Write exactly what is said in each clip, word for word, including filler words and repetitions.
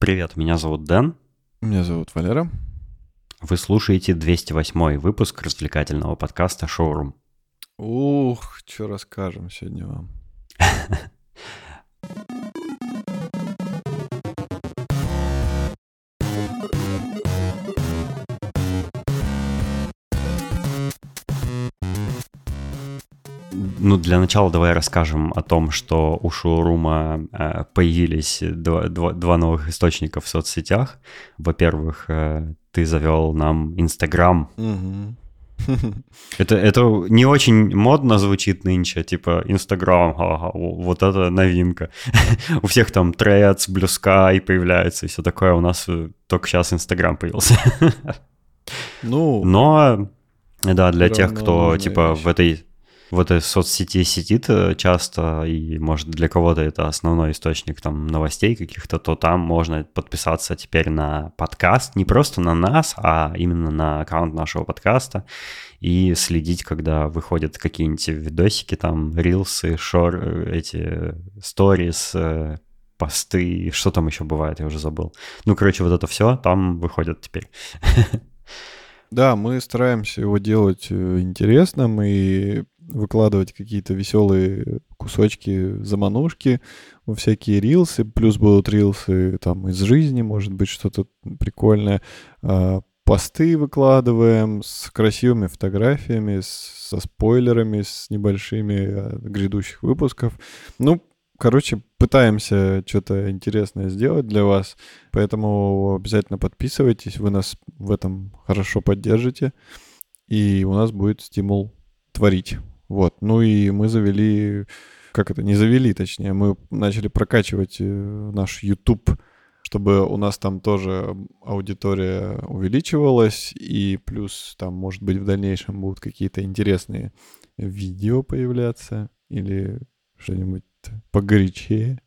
привет, меня зовут Дэн. Меня зовут Валера. Вы слушаете двести восьмой выпуск развлекательного подкаста «Шоурум». Ух, что расскажем сегодня вам. Ну, для начала давай расскажем о том, что у шоурума э, появились два, два, два новых источника в соцсетях. Во-первых, э, ты завел нам Инстаграм. Угу. Это, это не очень модно звучит нынче, типа Инстаграм, ага, вот это новинка. У всех там Threads, Blue Sky появляется и все такое, у нас только сейчас Инстаграм появился. Ну, но, да, для тех, равно кто нужная типа вещь. в этой в этой соцсети сидит э, часто, и, может, для кого-то это основной источник там новостей каких-то, то там можно подписаться теперь на подкаст, не просто на нас, а именно на аккаунт нашего подкаста, и следить, когда выходят какие-нибудь видосики, там, рилсы, шор, эти сторис, э, посты, что там еще бывает, я уже забыл. Ну, короче, вот это все там выходит теперь. Да, мы стараемся его делать э, интересным и выкладывать какие-то веселые кусочки, заманушки во всякие рилсы, плюс будут рилсы там из жизни, может быть, что-то прикольное. А, посты выкладываем с красивыми фотографиями, с- со спойлерами, с небольшими э, грядущих выпусков. Ну, короче, пытаемся что-то интересное сделать для вас, поэтому обязательно подписывайтесь, вы нас в этом хорошо поддержите, и у нас будет стимул творить. Вот. Ну и мы завели, как это, не завели, точнее, мы начали прокачивать э, наш YouTube, чтобы у нас там тоже аудитория увеличивалась, и плюс там, может быть, в дальнейшем будут какие-то интересные видео появляться или что-нибудь погорячее.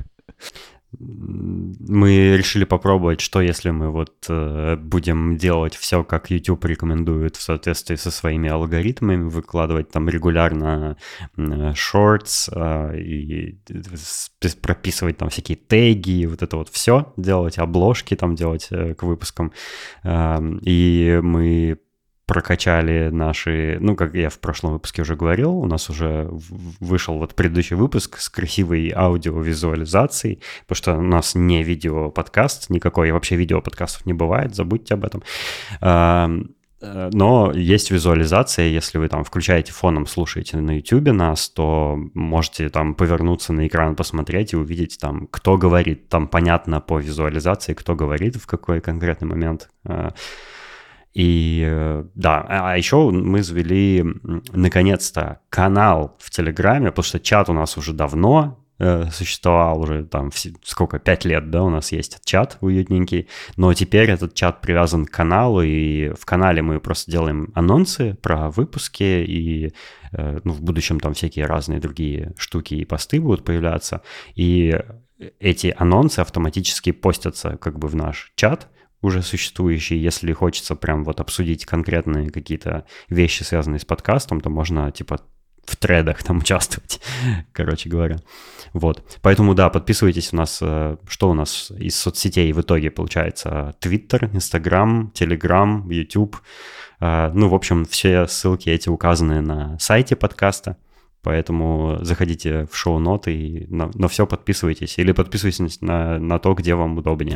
Мы решили попробовать, что если мы вот э, будем делать все, как YouTube рекомендует в соответствии со своими алгоритмами, выкладывать там регулярно э, шортс э, и с- прописывать там всякие теги, вот это вот все, делать обложки там, делать э, к выпускам. Э, и мы прокачали наши, ну, как я в прошлом выпуске уже говорил, у нас уже в- вышел вот предыдущий выпуск с красивой аудиовизуализацией, потому что у нас не видео-подкаст никакой, вообще видео-подкастов не бывает, забудьте об этом. А, э, Но есть визуализация, если вы там включаете фоном, слушаете на YouTube нас, то можете там повернуться на экран, посмотреть и увидеть там, кто говорит. Там понятно по визуализации, кто говорит в какой конкретный момент. А, И э, да, а еще мы завели м, наконец-то канал в Телеграме, потому что чат у нас уже давно э, существовал, уже там все- сколько, пять лет, да, у нас есть чат уютненький, но теперь этот чат привязан к каналу, и в канале мы просто делаем анонсы про выпуски, и э, ну, в будущем там всякие разные другие штуки и посты будут появляться, и эти анонсы автоматически постятся как бы в наш чат, уже существующий. Если хочется прям вот обсудить конкретные какие-то вещи, связанные с подкастом, то можно типа в тредах там участвовать, короче говоря. Вот. Поэтому, да, подписывайтесь у нас. э, Что у нас из соцсетей в итоге получается? Твиттер, Инстаграм, Телеграм, YouTube. Э, Ну, в общем, все ссылки эти указаны на сайте подкаста. Поэтому заходите в шоу-ноты и на, на все подписывайтесь. Или подписывайтесь на, на то, где вам удобнее.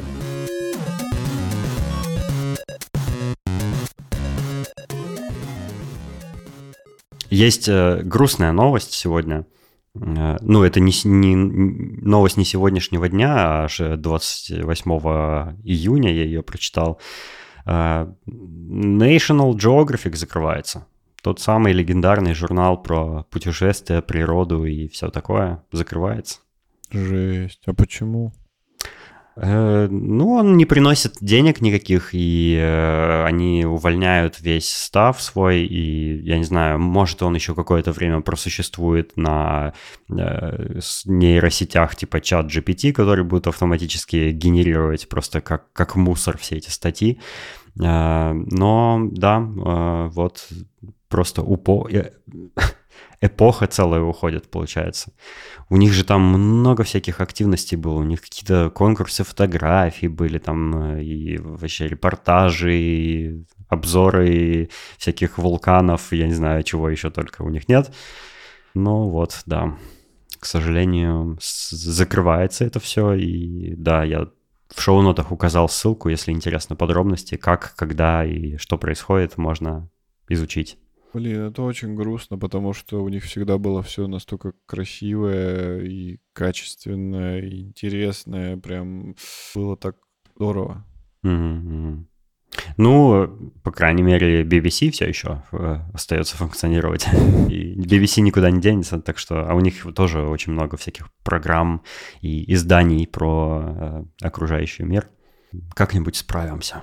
Есть э, грустная новость сегодня. Э, ну, это не, с- не- новость не сегодняшнего дня, а аж двадцать восьмого июня я ее прочитал. Э, National Geographic закрывается. Тот самый легендарный журнал про путешествия, природу и все такое закрывается. Жесть. А почему? Э, Ну, он не приносит денег никаких, и э, они увольняют весь став свой, и, я не знаю, может, он еще какое-то время просуществует на э, с- нейросетях типа чат джи пи ти, который будет автоматически генерировать просто как, как мусор все эти статьи. Э, Но, да, э, вот просто упо... э, эпоха целая уходит, получается. У них же там много всяких активностей было, у них какие-то конкурсы фотографий были, там и вообще репортажи, и обзоры и всяких вулканов, я не знаю, чего еще только у них нет. Ну вот, да, к сожалению, закрывается это все, и да, я в шоу-нотах указал ссылку, если интересны подробности, как, когда и что происходит, можно изучить. Блин, это очень грустно, потому что у них всегда было все настолько красивое и качественное, и интересное. Прям было так здорово. Mm-hmm. Ну, по крайней мере, би би си все еще э, остается функционировать. И би би си никуда не денется, так что... А у них тоже очень много всяких программ и изданий про э, окружающий мир. Как-нибудь справимся.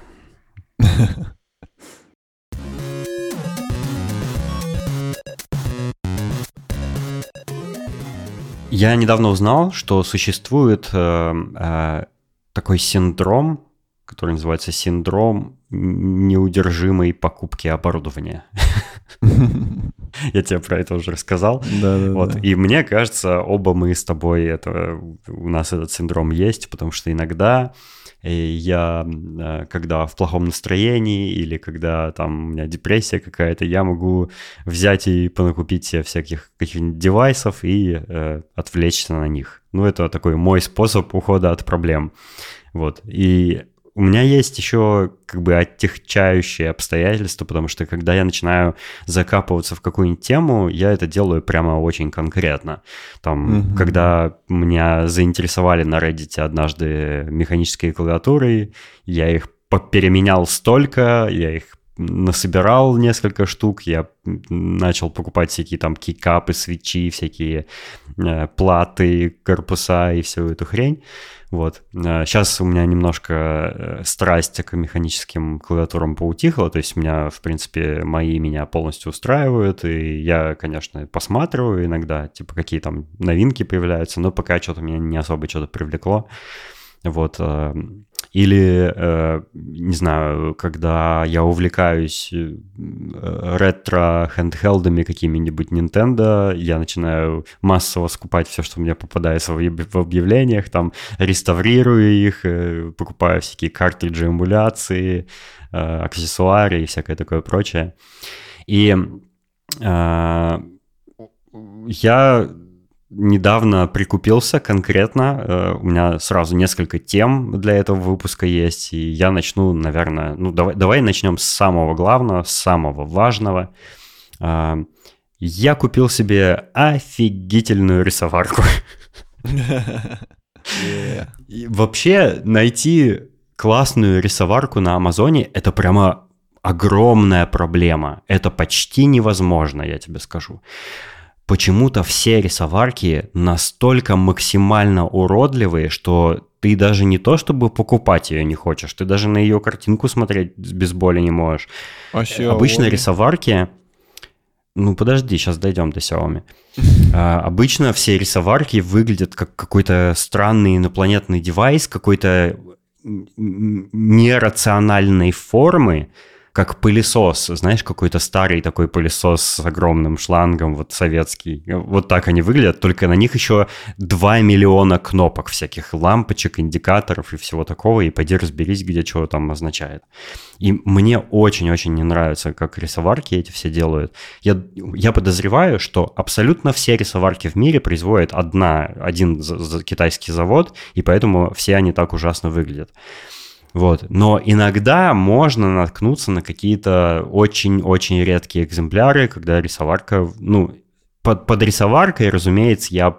Я недавно узнал, что существует э, э, такой синдром, который называется синдром неудержимой покупки оборудования. Я тебе про это уже рассказал. Да, да, вот. да. И мне кажется, оба мы с тобой, это, у нас этот синдром есть, потому что иногда я, когда в плохом настроении или когда там у меня депрессия какая-то, я могу взять и понакупить себе всяких каких-нибудь девайсов и э, отвлечься на них. Ну, это такой мой способ ухода от проблем. Вот. И у меня есть еще как бы отягчающие обстоятельства, потому что когда я начинаю закапываться в какую-нибудь тему, я это делаю прямо очень конкретно. Там, mm-hmm. когда меня заинтересовали на Reddit однажды механические клавиатуры, я их переменял столько, я их насобирал несколько штук, я начал покупать всякие там кикапы, свечи, всякие э, платы, корпуса и всю эту хрень. Вот. Сейчас у меня немножко страсть к механическим клавиатурам поутихла, то есть у меня, в принципе, мои меня полностью устраивают, и я, конечно, посматриваю иногда, типа, какие там новинки появляются, но пока что-то меня не особо что-то привлекло. Вот. Или, не знаю, когда я увлекаюсь ретро-хендхелдами какими-нибудь Nintendo, я начинаю массово скупать все, что мне попадается в объявлениях, там, реставрирую их, покупаю всякие картриджи эмуляции, аксессуары и всякое такое прочее. И я... недавно прикупился конкретно, у меня сразу несколько тем для этого выпуска есть, и я начну, наверное, ну давай, давай начнем с самого главного, с самого важного. Я купил себе офигительную рисоварку. И вообще найти классную рисоварку на Амазоне — это прямо огромная проблема, это почти невозможно, я тебе скажу. Почему-то все рисоварки настолько максимально уродливые, что ты даже не то чтобы покупать ее не хочешь, ты даже на ее картинку смотреть без боли не можешь. А Обычно Xiaomi? Рисоварки... Ну, подожди, сейчас дойдем до Xiaomi. а, обычно все рисоварки выглядят как какой-то странный инопланетный девайс, какой-то нерациональной формы, как пылесос, знаешь, какой-то старый такой пылесос с огромным шлангом, вот советский. Вот так они выглядят, только на них еще два миллиона кнопок всяких, лампочек, индикаторов и всего такого, и пойди разберись, где что там означает. И мне очень-очень не нравится, как рисоварки эти все делают. Я, я подозреваю, что абсолютно все рисоварки в мире производит одна, один за, за китайский завод, и поэтому все они так ужасно выглядят. Вот. Но иногда можно наткнуться на какие-то очень-очень редкие экземпляры, когда рисоварка... Ну, под, под рисоваркой, разумеется, я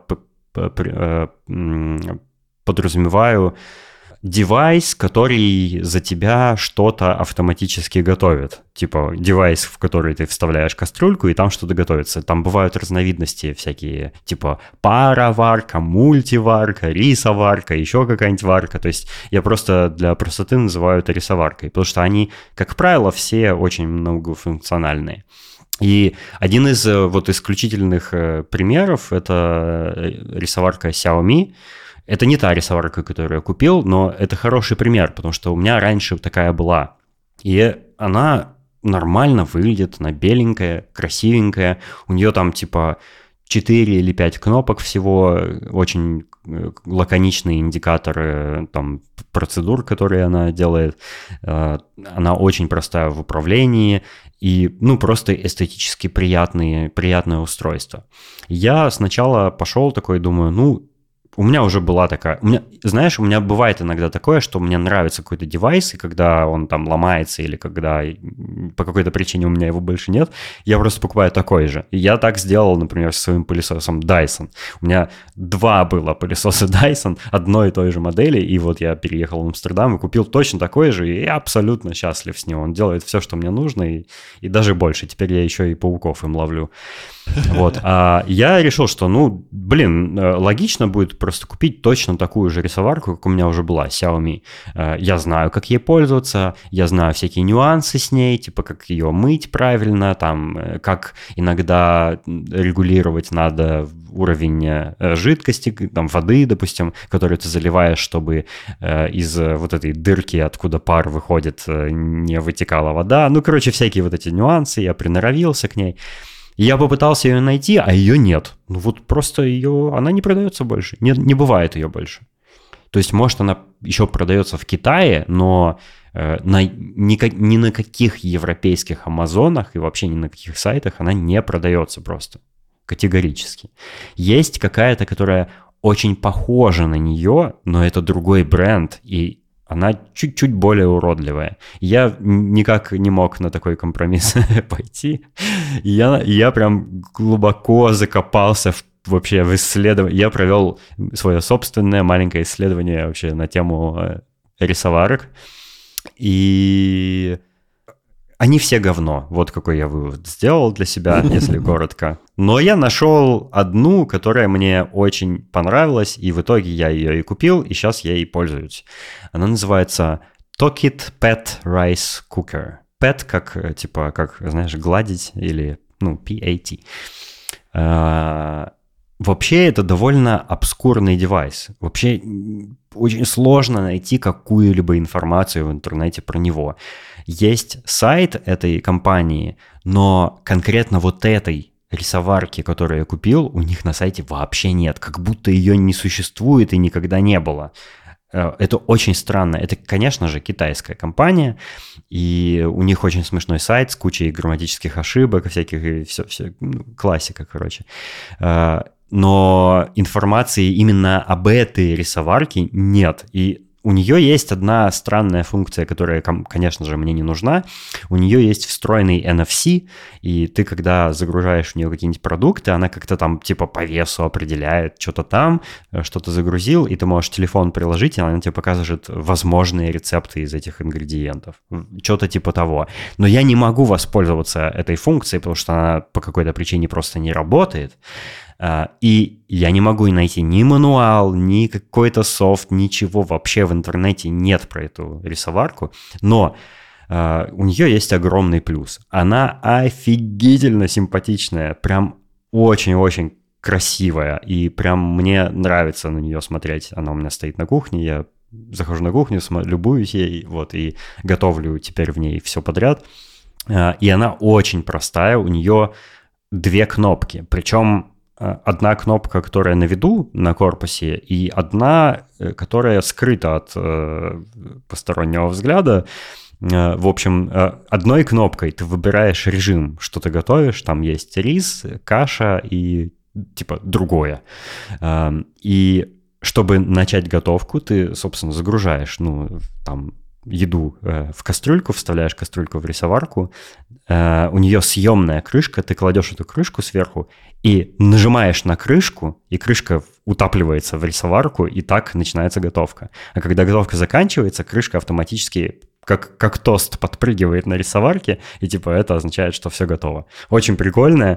подразумеваю девайс, который за тебя что-то автоматически готовит. Типа девайс, в который ты вставляешь кастрюльку, и там что-то готовится. Там бывают разновидности всякие, типа пароварка, мультиварка, рисоварка, еще какая-нибудь варка. То есть я просто для простоты называю это рисоваркой, потому что они, как правило, все очень многофункциональные. И один из вот исключительных примеров — это рисоварка Xiaomi. Это не та рисоварка, которую я купил, но это хороший пример, потому что у меня раньше такая была. И она нормально выглядит, она беленькая, красивенькая. У нее там типа четыре или пять кнопок всего, очень лаконичные индикаторы там, процедур, которые она делает. Она очень простая в управлении и, ну, просто эстетически приятные, приятное устройство. Я сначала пошел такой, думаю, ну, у меня уже была такая... У меня, знаешь, у меня бывает иногда такое, что мне нравится какой-то девайс, и когда он там ломается или когда по какой-то причине у меня его больше нет, я просто покупаю такой же. И я так сделал, например, со своим пылесосом Dyson. У меня два было пылесоса Dyson одной и той же модели, и вот я переехал в Амстердам и купил точно такой же, и я абсолютно счастлив с ним. Он делает все, что мне нужно, и, и даже больше. Теперь я еще и пауков им ловлю. Вот. А я решил, что, ну, блин, логично будет просто купить точно такую же рисоварку, как у меня уже была, Xiaomi. Я знаю, как ей пользоваться, я знаю всякие нюансы с ней, типа, как ее мыть правильно, там, как иногда регулировать надо уровень жидкости, там, воды, допустим, которую ты заливаешь, чтобы из вот этой дырки, откуда пар выходит, не вытекала вода. Ну, короче, всякие вот эти нюансы, я приноровился к ней. Я попытался ее найти, а ее нет. Ну вот просто ее, она не продается больше, не, не бывает ее больше. То есть, может, она еще продается в Китае, но э, на, ни, ни на каких европейских Амазонах и вообще ни на каких сайтах она не продается просто, категорически. Есть какая-то, которая очень похожа на нее, но это другой бренд, и она чуть-чуть более уродливая. Я никак не мог на такой компромисс пойти. Я, я прям глубоко закопался в, вообще в исследовании. Я провел свое собственное маленькое исследование вообще на тему рисоварок. И они все говно. Вот какой я вывод сделал для себя, если коротко. Но я нашел одну, которая мне очень понравилась, и в итоге я ее и купил, и сейчас я ей пользуюсь. Она называется Tokit Pet Rice Cooker. Pet как, типа, как, знаешь, гладить, или, ну, пи эй ти. А, вообще, это довольно обскурный девайс. Вообще, очень сложно найти какую-либо информацию в интернете про него. Есть сайт этой компании, но конкретно вот этой рисоварки, которую я купил, у них на сайте вообще нет. Как будто ее не существует и никогда не было. Это очень странно. Это, конечно же, китайская компания, и у них очень смешной сайт с кучей грамматических ошибок, всяких, и все, все, ну, классика, короче. Но информации именно об этой рисоварке нет. И у нее есть одна странная функция, которая, конечно же, мне не нужна. У нее есть встроенный эн эф си, и ты, когда загружаешь в нее какие-нибудь продукты, она как-то там типа по весу определяет, что-то там, что-то загрузил, и ты можешь телефон приложить, и она тебе покажет возможные рецепты из этих ингредиентов. Что-то типа того. Но я не могу воспользоваться этой функцией, потому что она по какой-то причине просто не работает. И я не могу найти ни мануал, ни какой-то софт, ничего вообще в интернете нет про эту рисоварку. Но uh, у нее есть огромный плюс. Она офигительно симпатичная, прям очень-очень красивая. И прям мне нравится на нее смотреть. Она у меня стоит на кухне, я захожу на кухню, любуюсь ей, вот, и готовлю теперь в ней все подряд. Uh, и она очень простая, у нее две кнопки, причем одна кнопка, которая на виду на корпусе, и одна, которая скрыта от э, постороннего взгляда. Э, в общем, э, одной кнопкой ты выбираешь режим, что ты готовишь. Там есть рис, каша и типа другое. Э, и чтобы начать готовку, ты, собственно, загружаешь, ну, там, еду э, в кастрюльку, вставляешь кастрюльку в рисоварку, э, у нее съемная крышка, ты кладешь эту крышку сверху и нажимаешь на крышку, и крышка утапливается в рисоварку, и так начинается готовка. А когда готовка заканчивается, крышка автоматически как, как тост подпрыгивает на рисоварке, и типа это означает, что все готово. Очень прикольно.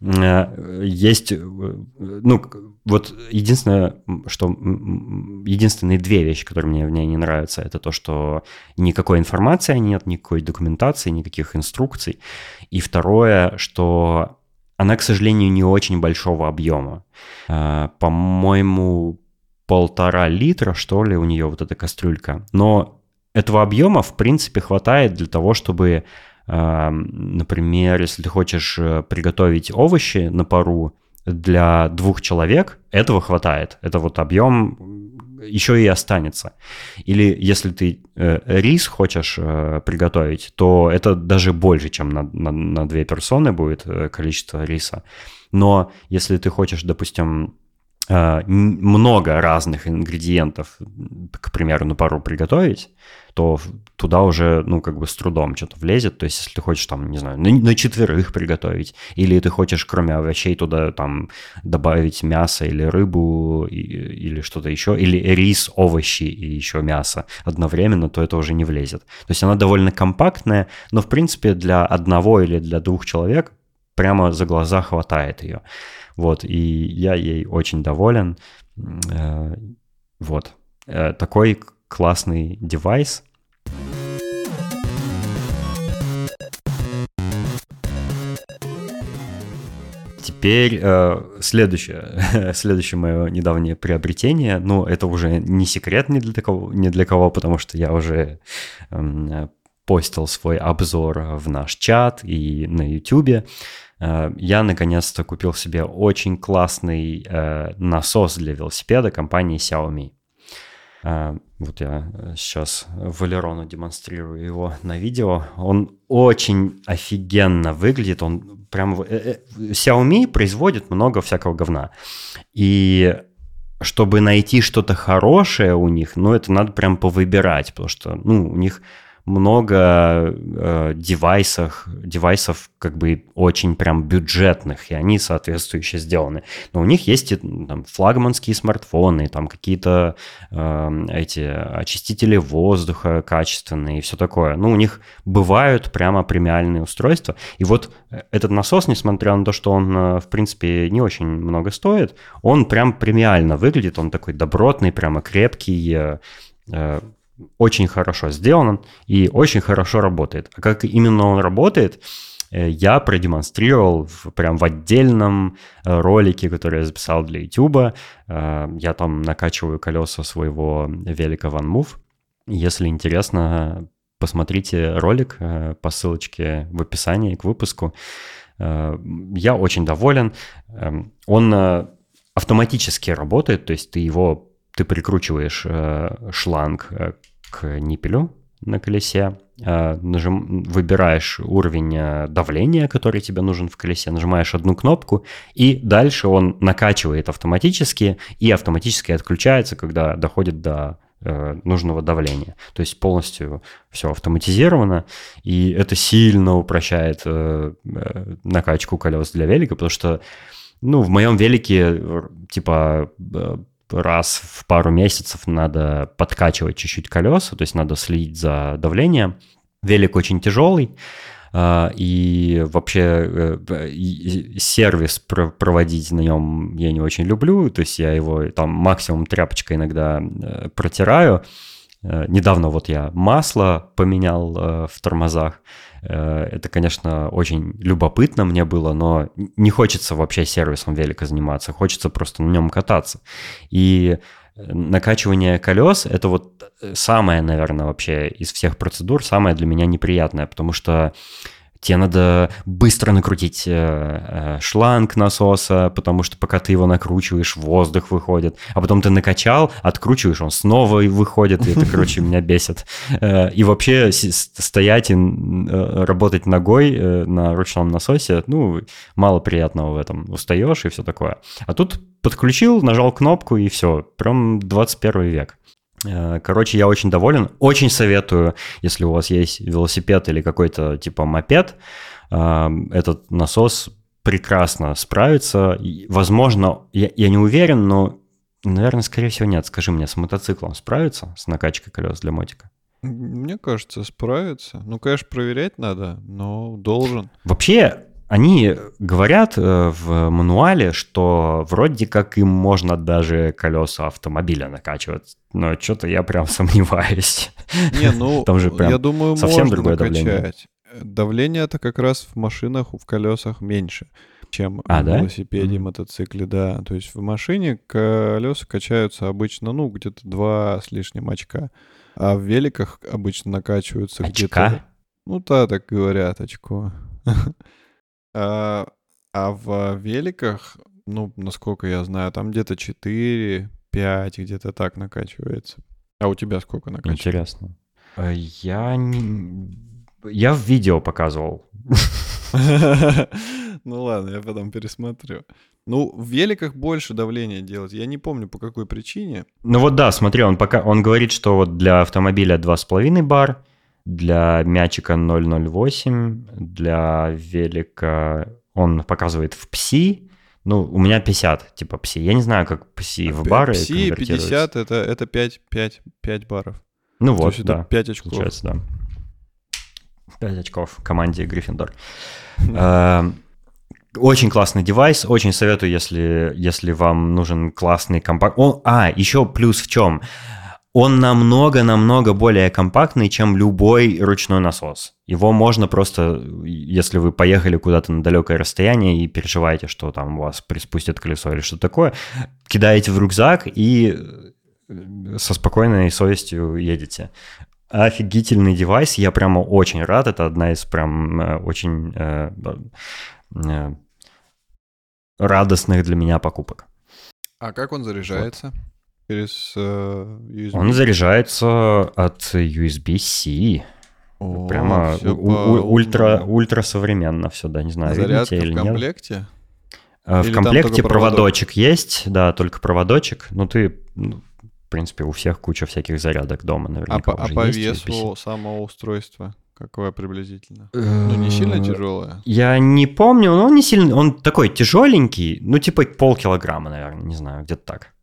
Есть, ну, вот единственное, что единственные две вещи, которые мне в ней не нравятся, это то, что никакой информации нет, никакой документации, никаких инструкций. И второе, что она, к сожалению, не очень большого объема. По-моему, полтора литра, что ли, у нее вот эта кастрюлька. Но этого объема, в принципе, хватает для того, чтобы Например, если ты хочешь приготовить овощи на пару для двух человек, этого хватает. Это вот объем еще и останется. Или если ты э, рис хочешь э, приготовить, то это даже больше, чем на, на, на две персоны будет э, количество риса. Но если ты хочешь, допустим, э, много разных ингредиентов, к примеру, на пару приготовить, то туда уже, ну, как бы с трудом что-то влезет. То есть, если ты хочешь, там, не знаю, на, на четверых приготовить, или ты хочешь, кроме овощей, туда, там, добавить мясо или рыбу, и, или что-то еще, или рис, овощи и еще мясо одновременно, то это уже не влезет. То есть, она довольно компактная, но, в принципе, для одного или для двух человек прямо за глаза хватает ее. Вот, и я ей очень доволен. Вот. Такой классный девайс. Теперь э, следующее, следующее мое недавнее приобретение, ну, это уже не секрет ни для кого, ни для кого, потому что я уже э, постил свой обзор в наш чат и на YouTube. Э, я наконец-то купил себе очень классный э, насос для велосипеда компании Xiaomi. Uh, вот я сейчас Валерону демонстрирую его на видео. Он очень офигенно выглядит. Он прям... Xiaomi производит много всякого говна. И чтобы найти что-то хорошее у них, ну, это надо прям повыбирать, потому что, ну, у них много э, девайсов, девайсов как бы очень прям бюджетных, и они соответствующе сделаны. Но у них есть и, там, флагманские смартфоны, там какие-то э, эти очистители воздуха качественные и все такое. Ну, у них бывают прямо премиальные устройства. И вот этот насос, несмотря на то, что он, в принципе, не очень много стоит, он прям премиально выглядит, он такой добротный, прямо крепкий, э, э, очень хорошо сделан и очень хорошо работает. А как именно он работает, я продемонстрировал в, прям в отдельном ролике, который я записал для YouTube. Я там накачиваю колеса своего велика OneMove. Если интересно, посмотрите ролик по ссылочке в описании к выпуску. Я очень доволен. Он автоматически работает, то есть ты его ты прикручиваешь шланг к ниппелю на колесе, нажим, выбираешь уровень давления, который тебе нужен в колесе, нажимаешь одну кнопку, и дальше он накачивает автоматически и автоматически отключается, когда доходит до э, нужного давления. То есть полностью все автоматизировано, и это сильно упрощает э, э, накачку колес для велика, потому что, ну, в моем велике типа... Э, раз в пару месяцев надо подкачивать чуть-чуть колеса, то есть надо следить за давлением. Велик очень тяжелый, и вообще сервис проводить на нем я не очень люблю, то есть я его там максимум тряпочкой иногда протираю. Недавно вот я масло поменял в тормозах. Это, конечно, очень любопытно мне было, но не хочется вообще сервисом велика заниматься, хочется просто на нем кататься. И накачивание колес – это вот самое, наверное, вообще из всех процедур, самое для меня неприятное, потому что тебе надо быстро накрутить шланг насоса, потому что пока ты его накручиваешь, воздух выходит, а потом ты накачал, откручиваешь, он снова выходит, и это, короче, меня бесит. И вообще стоять и работать ногой на ручном насосе, ну, мало приятного в этом. Устаешь и все такое. А тут подключил, нажал кнопку, и все. Прям двадцать первый век. Короче, я очень доволен. Очень советую, если у вас есть велосипед или какой-то типа мопед, этот насос прекрасно справится. Возможно, я, я не уверен, но, наверное, скорее всего, нет. Скажи мне, с мотоциклом справится, с накачкой колес для мотика? Мне кажется, справится. Ну, конечно, проверять надо, но должен. Вообще... Они говорят в мануале, что вроде как им можно даже колеса автомобиля накачивать, но что-то я прям сомневаюсь. Не, ну, Там же прям я думаю, совсем можно другое накачать. давление. Давление-то как раз в машинах, в колесах меньше, чем а, в да? велосипеде, Mm-hmm. мотоцикле, да. То есть в машине колеса качаются обычно, ну, где-то два с лишним очка, а в великах обычно накачиваются Очка? где-то... Ну, да, так говорят, очко. А а в великах, ну, насколько я знаю, там где-то четыре, пять, где-то так накачивается. А у тебя сколько накачивается? Интересно. Э, Я, не- я в видео показывал. Ну ладно, я потом пересмотрю. Ну, в великах больше давления делать. Я не помню, по какой причине. Ну вот да, смотри, он пока он говорит, что вот для автомобиля два с половиной бар, для мячика ноль целых ноль восемь, для велика он показывает в пси. Ну, у меня пятьдесят, типа пси. Я не знаю, как пси в П- бары Пси конвертируется. пятьдесят это, это пять, пять, пять баров. Ну То вот, есть это да, пять очков. получается, да. пять очков команде Гриффиндор. Эм, Очень классный девайс, очень советую, если, если вам нужен классный компакт. О, а, еще плюс в чем? Он намного-намного более компактный, чем любой ручной насос. Его можно просто, если вы поехали куда-то на далекое расстояние и переживаете, что там у вас приспустят колесо или что такое, кидаете в рюкзак и со спокойной совестью едете. Офигительный девайс, я прямо очень рад. Это одна из прям э, очень э, э, радостных для меня покупок. А как он заряжается? Через э, ю эс би? Он заряжается от ю эс би-C. О, Прямо всё у- у- ультра, по-умному. ультра современно все, да, не знаю, видно Зарядка тебе в или нет. комплекте? А, В Или там комплекте только проводок? проводочек есть, да, только проводочек. Ну, ты, ну, в принципе, у всех куча всяких зарядок дома А наверняка по, а уже по есть. ю эс би-C. весу самого устройства какое приблизительно? Ну, не сильно Э, тяжелое? Я не помню, но он не сильно, он такой тяжеленький, ну, типа полкилограмма, наверное, не знаю, где-то так.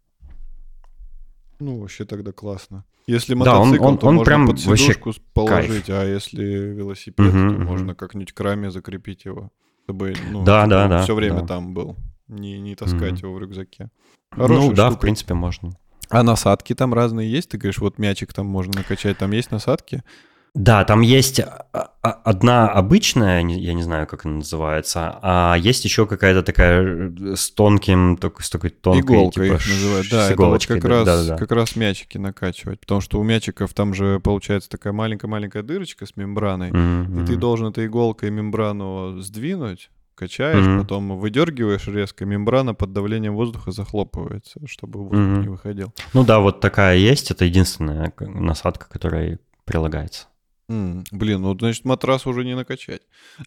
Ну, вообще тогда классно. Если Да, он- мотоцикл, он- то он можно прям под вообще сидушку с- положить, а если велосипед, Мгм, то мгм. можно как-нибудь к раме закрепить его, чтобы ну, Да, типа, да, он да, все время да. там был, не, не таскать Мгм. его в рюкзаке. Ну Хорошая да, в штука. принципе, можно. А насадки там разные есть? Ты говоришь, вот мячик там можно накачать, там есть насадки? Да, там есть а- а- одна обычная, не- я не знаю, как она называется, а есть еще какая-то такая э, с тонким, только с такой тонкой, Иголка типа, их называют. ш- Да, с это вот иголочкой. как да, раз, да, да. как раз мячики накачивать. Потому что у мячиков там же получается такая маленькая-маленькая дырочка с мембраной. Мгм, И ты мгм. должен этой иголкой мембрану сдвинуть, качаешь, Мгм. потом выдергиваешь резко, мембрана под давлением воздуха захлопывается, чтобы воздух Мгм. не выходил. Ну да, вот такая есть, это единственная к- насадка, которая прилагается. М, Блин, ну значит матрас уже не накачать.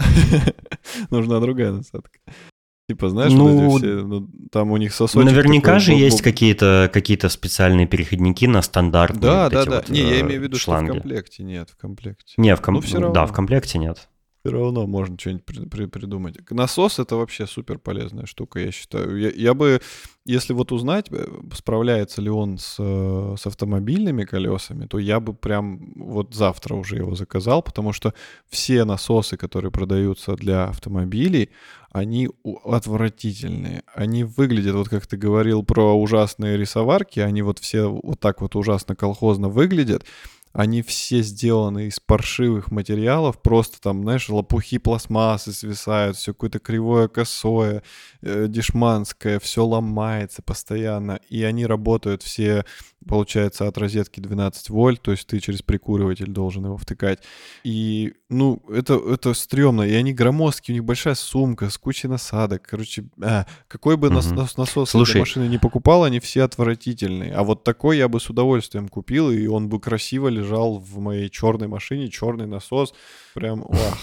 Нужна другая насадка. Типа, знаешь, вот эти Ну, все, ну, там у них сосочек наверняка такой же бу- есть бу- какие-то какие специальные переходники на стандартные Да, вот да, эти да. вот, Не, я э, имею в виду, что в шланги. комплекте нет, в комплекте. Не, в ком- Ну, всё да, равно. в комплекте нет. Все равно можно что-нибудь при- при- придумать. Насос — это вообще супер полезная штука, я считаю. Я, я бы, если вот узнать, э, справляется ли он с, э, с автомобильными колесами, то я бы прям вот завтра уже его заказал, потому что все насосы, которые продаются для автомобилей, они у- отвратительные. Они выглядят, вот как ты говорил про ужасные рисоварки, они вот все вот так вот ужасно колхозно выглядят. Они все сделаны из паршивых материалов, просто там, знаешь, лопухи пластмассы свисают, все какое-то кривое, косое, э, дешманское, все ломается постоянно, и они работают все, получается, от розетки двенадцать вольт, то есть ты через прикуриватель должен его втыкать. И, ну, это, это стрёмно, и они громоздкие, у них большая сумка с кучей насадок, короче, а, какой бы нас, Мгм. нас- насос Слушай. для машины не покупал, они все отвратительные, а вот такой я бы с удовольствием купил, и он бы красиво лежал в моей черной машине, черный насос, прям, вах.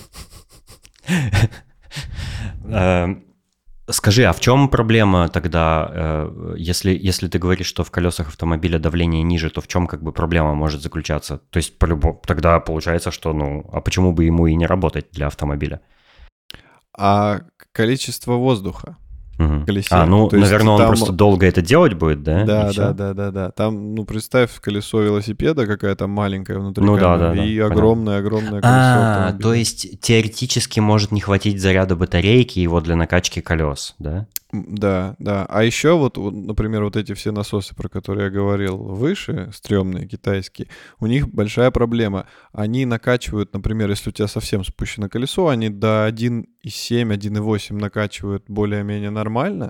Эм, Скажи, а в чем проблема тогда, э, если, если ты говоришь, что в колесах автомобиля давление ниже, то в чем как бы проблема может заключаться? То есть по-любому, тогда получается, что, ну, а почему бы ему и не работать для автомобиля? А количество воздуха Мгм. в колесе. А, ну, то есть наверное, он там- просто долго это делать будет, да? И Да, всё? да, да, да, да. Там, ну, представь, колесо велосипеда какая-то маленькая внутри Ну да, камеры да, да, и понятно. огромное-огромное колесо А, автомобиля. то есть теоретически может не хватить заряда батарейки его для накачки колес, да? М, Да, да. А еще вот, вот, например, вот эти все насосы, про которые я говорил выше, стрёмные, китайские, у них большая проблема. Они накачивают, например, если у тебя совсем спущено колесо, они до один и семь, один и восемь накачивают более-менее нормально,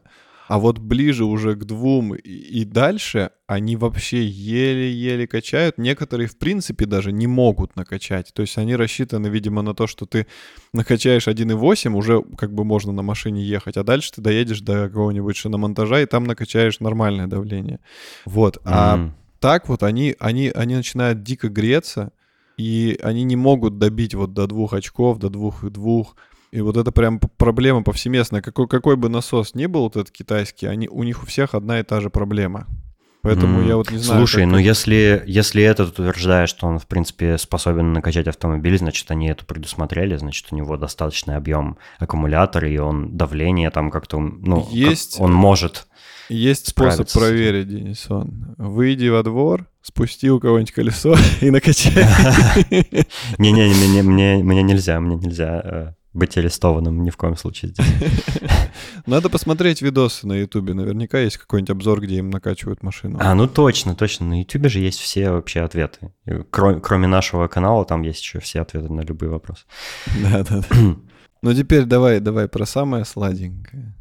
А вот ближе уже к двум и, и дальше они вообще еле-еле качают. Некоторые, в принципе, даже не могут накачать. То есть они рассчитаны, видимо, на то, что ты накачаешь один и восемь, уже как бы можно на машине ехать, а дальше ты доедешь до какого-нибудь шиномонтажа, и там накачаешь нормальное давление. Вот. А mm. так вот они, они, они начинают дико греться, и они не могут добить вот до двух очков, до двух и двух. И вот это прям проблема повсеместная. Какой, какой бы насос ни был вот этот китайский, они, у них у всех одна и та же проблема. Поэтому mm. я вот не знаю... Слушай, как... ну если, если этот утверждает, что он, в принципе, способен накачать автомобиль, значит, они это предусмотрели, значит, у него достаточный объем аккумулятора, и он давление там как-то... Ну, есть, как он может... Есть способ проверить, Денисон. Выйди во двор, спусти у кого-нибудь колесо и накачай. Не-не, мне нельзя, мне нельзя... быть арестованным ни в коем случае здесь. Надо посмотреть видосы на Ютубе. Наверняка есть какой-нибудь обзор, где им накачивают машину. А, ну точно, точно. На Ютубе же есть все вообще ответы. Кроме, кроме нашего канала, там есть еще все ответы на любые вопросы. Да-да-да. Ну теперь давай, давай про самое сладенькое.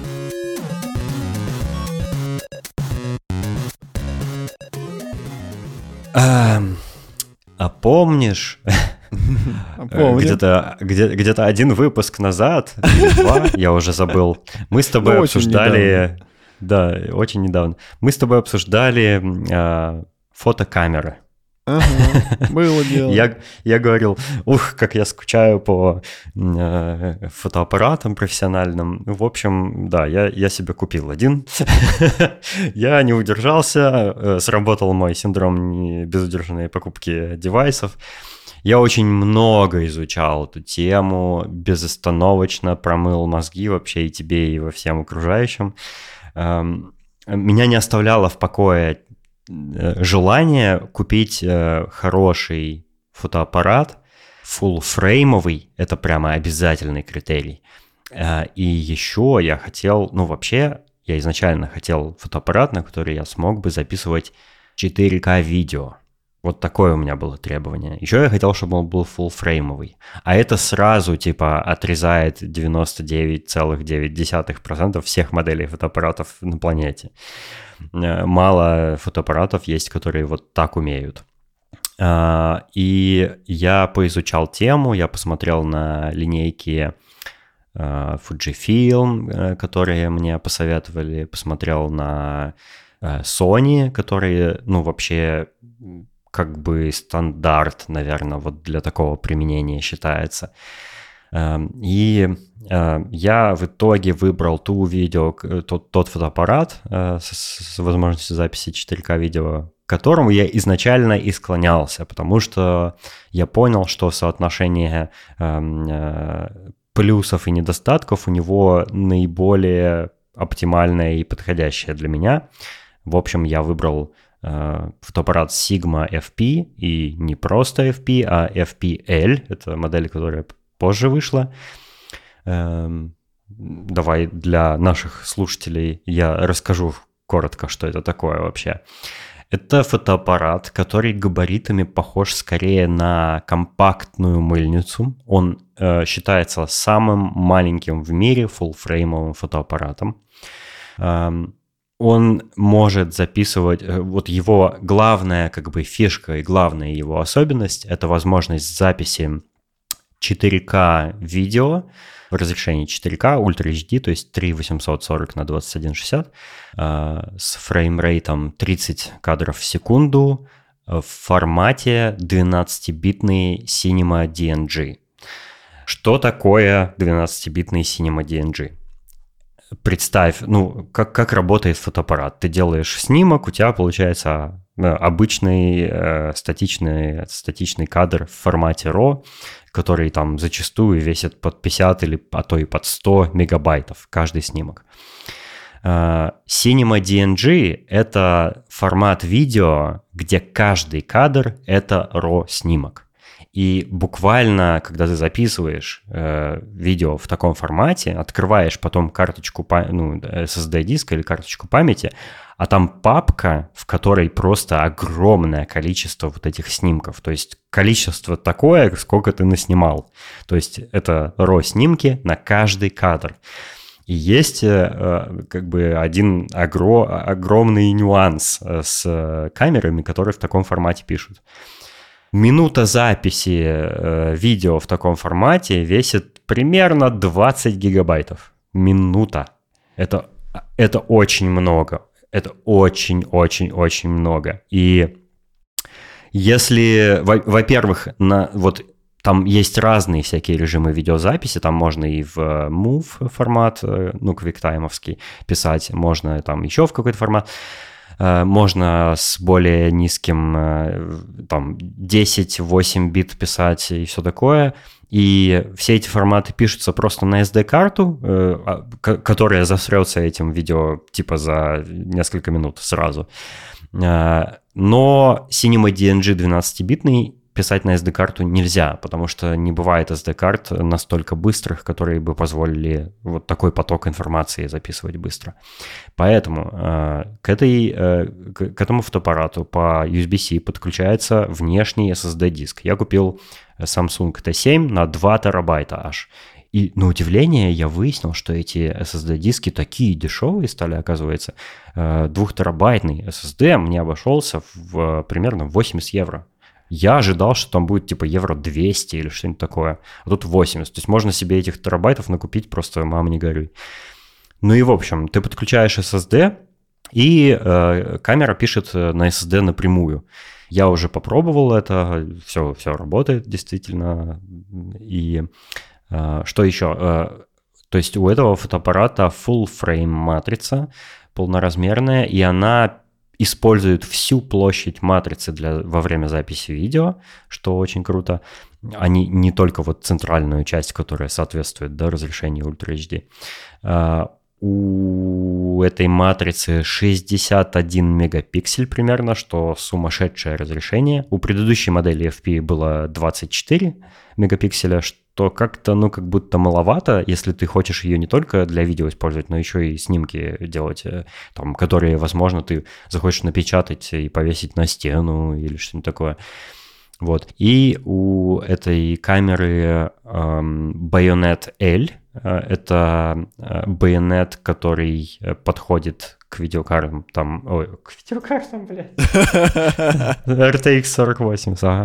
А, а помнишь... Где-то, где, где-то один выпуск назад, или два, я уже забыл, мы с тобой ну, обсуждали... Да, очень недавно. Мы с тобой обсуждали э, фотокамеры. Ага, было дело. Я, я говорил, ух, как я скучаю по э, фотоаппаратам профессиональным. В общем, да, я, я себе купил один. Я не удержался, сработал мой синдром безудержной покупки девайсов. Я очень много изучал эту тему, безостановочно промыл мозги вообще и тебе, и во всем окружающим. Меня не оставляло в покое желание купить хороший фотоаппарат, фулл-фреймовый, это прямо обязательный критерий. И еще я хотел, ну вообще, я изначально хотел фотоаппарат, на который я смог бы записывать четыре ка видео. Вот такое у меня было требование. Еще я хотел, чтобы он был фулл-фреймовый. А это сразу, типа, отрезает девяносто девять целых девять десятых процента всех моделей фотоаппаратов на планете. Мало фотоаппаратов есть, которые вот так умеют. И я поизучал тему, я посмотрел на линейки Fujifilm, которые мне посоветовали, посмотрел на Sony, которые, ну, вообще... как бы стандарт, наверное, вот для такого применения считается. И я в итоге выбрал ту видео, тот, тот фотоаппарат с, с возможностью записи четыре ка видео, к которому я изначально и склонялся, потому что я понял, что соотношение плюсов и недостатков у него наиболее оптимальное и подходящее для меня. В общем, я выбрал фотоаппарат Sigma эф пи, и не просто эф пи, а эф пи эл, это модель, которая позже вышла. Давай для наших слушателей я расскажу коротко, что это такое вообще. Это фотоаппарат, который габаритами похож скорее на компактную мыльницу. Он э, считается самым маленьким в мире фулл-фреймовым фотоаппаратом. Эм, Он может записывать, вот его главная как бы фишка и главная его особенность – это возможность записи четыре ка видео в разрешении четыре ка, Ultra эйч ди, то есть три тысячи восемьсот сорок на двадцать один шестьдесят, с фреймрейтом тридцать кадров в секунду в формате двенадцатибитный Cinema ди эн джи. Что такое двенадцатибитный Cinema ди эн джи? Представь, ну, как, как работает фотоаппарат. Ты делаешь снимок, у тебя получается обычный э, статичный, статичный кадр в формате эр эй, который там зачастую весит под пятьдесят или а то и под сто мегабайтов каждый снимок. Э, Cinema ди эн джи – это формат видео, где каждый кадр – это эр эй-снимок. И буквально, когда ты записываешь э, видео в таком формате, открываешь потом карточку, ну, эс эс ди-диск или карточку памяти, а там папка, в которой просто огромное количество вот этих снимков. То есть количество такое, сколько ты наснимал. То есть это эр эй-снимки на каждый кадр. И есть как бы один огро- огромный нюанс с камерами, которые в таком формате пишут. Минута записи э, видео в таком формате весит примерно двадцать гигабайтов. Минута. Это, это очень много. Это очень-очень-очень много. И если, во- во-первых, на, вот там есть разные всякие режимы видеозаписи, там можно и в Move формат, ну, квиктаймовский писать, можно там еще в какой-то формат. Можно с более низким, там, десять-восемь бит писать и все такое. И все эти форматы пишутся просто на эс ди-карту, которая засрется этим видео типа за несколько минут сразу. Но Cinema ди эн джи двенадцатибитный писать на эс ди-карту нельзя, потому что не бывает эс ди-карт настолько быстрых, которые бы позволили вот такой поток информации записывать быстро. Поэтому э, к, этой, э, к, к этому фотоаппарату по ю эс би-C подключается внешний эс эс ди-диск. Я купил Samsung ти семь на два терабайта аж. И на удивление я выяснил, что эти эс эс ди-диски такие дешевые стали, оказывается. Двухтерабайтный эс эс ди мне обошелся в примерно восемьдесят евро. Я ожидал, что там будет типа евро двести или что-нибудь такое, а тут восемьдесят. То есть можно себе этих терабайтов накупить, просто мама не горюй. Ну и в общем, ты подключаешь эс эс ди, и э, камера пишет на эс эс ди напрямую. Я уже попробовал это, все, все работает действительно. И э, что еще? Э, то есть у этого фотоаппарата full frame матрица, полноразмерная, и она используют всю площадь матрицы для, во время записи видео, что очень круто. Они не только вот центральную часть, которая соответствует, да, разрешению Ультра эйч ди. Uh, у этой матрицы шестьдесят один мегапиксель примерно, что сумасшедшее разрешение. У предыдущей модели эф пи было двадцать четыре мегапикселя, что как-то, ну, как будто маловато, если ты хочешь ее не только для видео использовать, но еще и снимки делать, там, которые, возможно, ты захочешь напечатать и повесить на стену или что-нибудь такое. Вот. И у этой камеры эм, Bayonet L, это байонет, который подходит к видеокартам, там, ой, к видеокартам, блядь, эр ти икс сорок восемь, ага.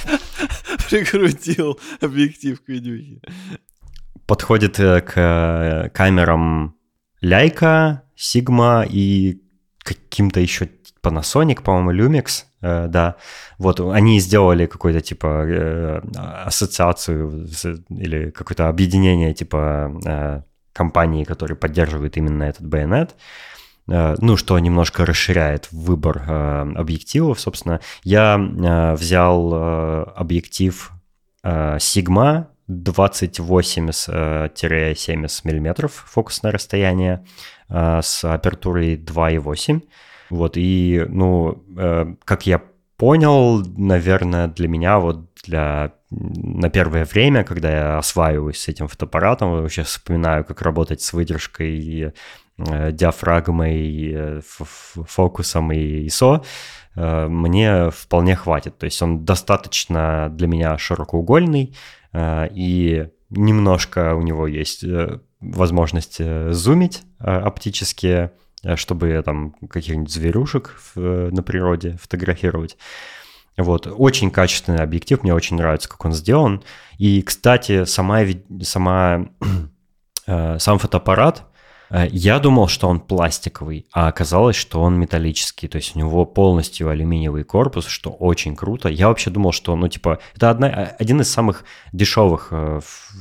Прикрутил объектив к видюхе. Подходит к камерам Leica, Sigma и каким-то еще Panasonic, по-моему, Lumix, э, да. Вот они сделали какую-то типа э, ассоциацию или какое-то объединение типа э, компаний, которые поддерживают именно этот байонет. Э, ну, что немножко расширяет выбор э, объективов, собственно. Я э, взял э, объектив э, Sigma двадцать восемьдесят-семьдесят миллиметров фокусное расстояние э, с апертурой два и восемь. Вот, и, ну, э, как я понял, наверное, для меня вот для, на первое время, когда я осваиваюсь с этим фотоаппаратом, вообще вспоминаю, как работать с выдержкой, э, диафрагмой, э, фокусом и ай эс о, э, мне вполне хватит. То есть он достаточно для меня широкоугольный, э, и немножко у него есть э, возможность э, зумить э, оптически, чтобы там каких-нибудь зверюшек в, на природе фотографировать. Вот. Очень качественный объектив, мне очень нравится, как он сделан. И, кстати, сама, сама, э, сам фотоаппарат, э, я думал, что он пластиковый, а оказалось, что он металлический. То есть у него полностью алюминиевый корпус, что очень круто. Я вообще думал, что, ну, типа, это одна, один из самых дешевых э,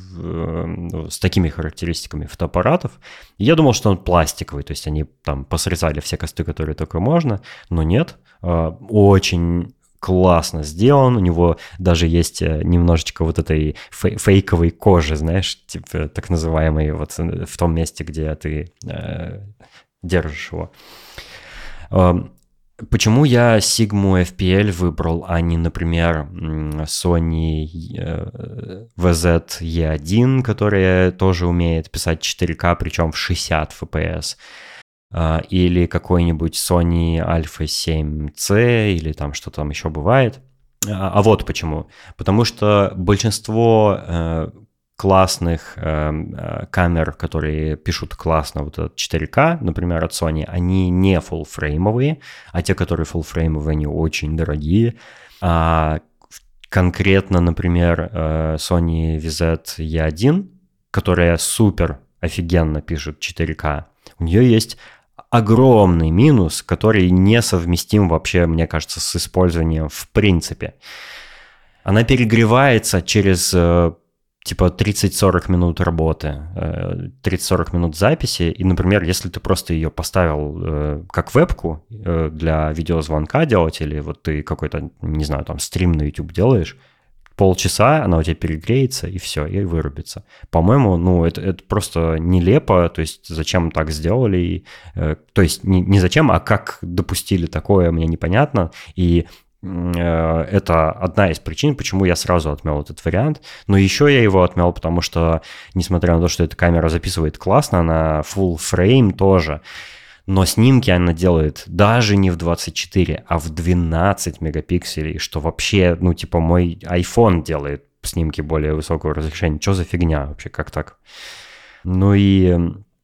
э, с такими характеристиками фотоаппаратов. И я думал, что он пластиковый, то есть они там посрезали все косты, которые только можно, но нет. Э, очень классно сделан, у него даже есть немножечко вот этой фей- фейковой кожи, знаешь, типа так называемой вот в том месте, где ты э, держишь его. Э, почему я Sigma эф пи эл выбрал, а не, например, Sony э, ви зет и один, которая тоже умеет писать четыре ка, причем в шестьдесят эф пи эс? Или какой-нибудь Sony Alpha семь си, или там что там еще бывает. А вот почему. Потому что большинство э, классных э, камер, которые пишут классно, вот этот четыре ка, например, от Sony, они не фуллфреймовые, а те, которые фуллфреймовые, они очень дорогие. А конкретно, например, э, Sony ви зет и один, которая супер офигенно пишет четыре ка, у нее есть огромный минус, который несовместим вообще, мне кажется, с использованием в принципе. Она перегревается через типа тридцать-сорок минут работы, тридцать-сорок минут записи, и, например, если ты просто ее поставил как вебку для видеозвонка делать, или вот ты какой-то, не знаю, там стрим на YouTube делаешь, полчаса она у тебя перегреется, и все, и вырубится. По-моему, ну, это, это просто нелепо, то есть зачем так сделали, и, э, то есть не, не зачем, а как допустили такое, мне непонятно, и э, это одна из причин, почему я сразу отмел этот вариант, но еще я его отмел, потому что, несмотря на то, что эта камера записывает классно, она full frame тоже, но снимки она делает даже не в двадцать четыре, а в двенадцать мегапикселей, что вообще, ну, типа, мой iPhone делает снимки более высокого разрешения. Что за фигня вообще, как так? Ну и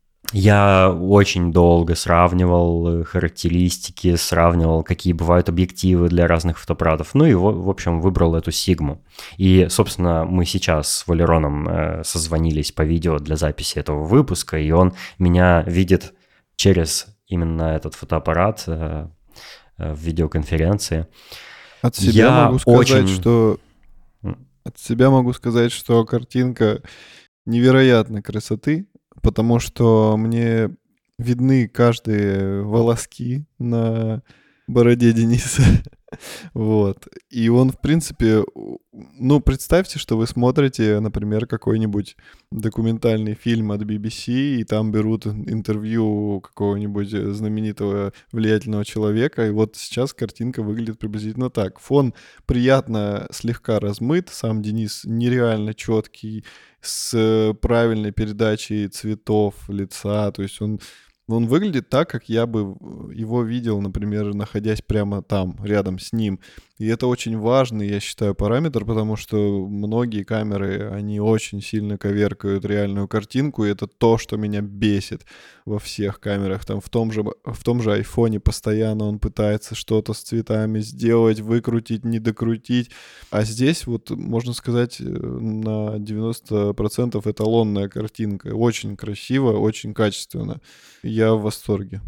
я очень долго сравнивал характеристики, сравнивал, какие бывают объективы для разных фотоаппаратов. Ну и, в общем, выбрал эту Sigma. И, собственно, мы сейчас с Валероном созвонились по видео для записи этого выпуска, и он меня видит через именно этот фотоаппарат э, э, в видеоконференции. От себя я могу сказать, очень... что от себя могу сказать, что картинка невероятной красоты, потому что мне видны каждые волоски на бороде Дениса. Вот. И он, в принципе, ну, представьте, что вы смотрите, например, какой-нибудь документальный фильм от би би си, и там берут интервью какого-нибудь знаменитого влиятельного человека, и вот сейчас картинка выглядит приблизительно так. Фон приятно слегка размыт, сам Денис нереально четкий, с правильной передачей цветов лица, то есть он... Он выглядит так, как я бы его видел, например, находясь прямо там, рядом с ним. И это очень важный, я считаю, параметр, потому что многие камеры, они очень сильно коверкают реальную картинку, и это то, что меня бесит во всех камерах. Там в том же, в том же айфоне постоянно он пытается что-то с цветами сделать, выкрутить, не докрутить. А здесь вот, можно сказать, на девяносто процентов эталонная картинка. Очень красиво, очень качественно. Я в восторге.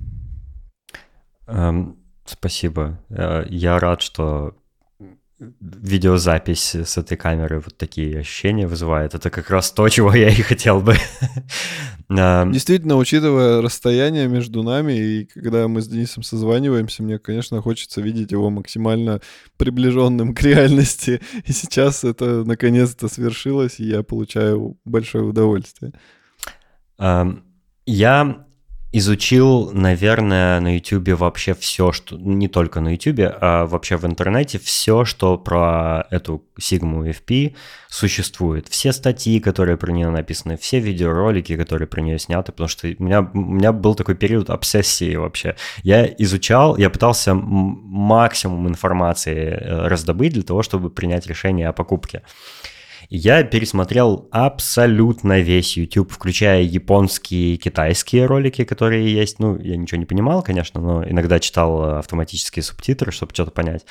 Um, спасибо. Я рад, что видеозапись с этой камеры вот такие ощущения вызывает. Это как раз то, чего я и хотел бы. Действительно, учитывая расстояние между нами, и когда мы с Денисом созваниваемся, мне, конечно, хочется видеть его максимально приближенным к реальности. И сейчас это наконец-то свершилось, и я получаю большое удовольствие. Я изучил, наверное, на YouTube вообще все, что... Не только на YouTube, а вообще в интернете все, что про эту Sigma эф пи существует. Все статьи, которые про нее написаны, все видеоролики, которые про нее сняты, потому что у меня, у меня был такой период обсессии вообще. Я изучал, я пытался максимум информации раздобыть для того, чтобы принять решение о покупке. Я пересмотрел абсолютно весь YouTube, включая японские и китайские ролики, которые есть. Ну, я ничего не понимал, конечно, но иногда читал автоматические субтитры, чтобы что-то понять.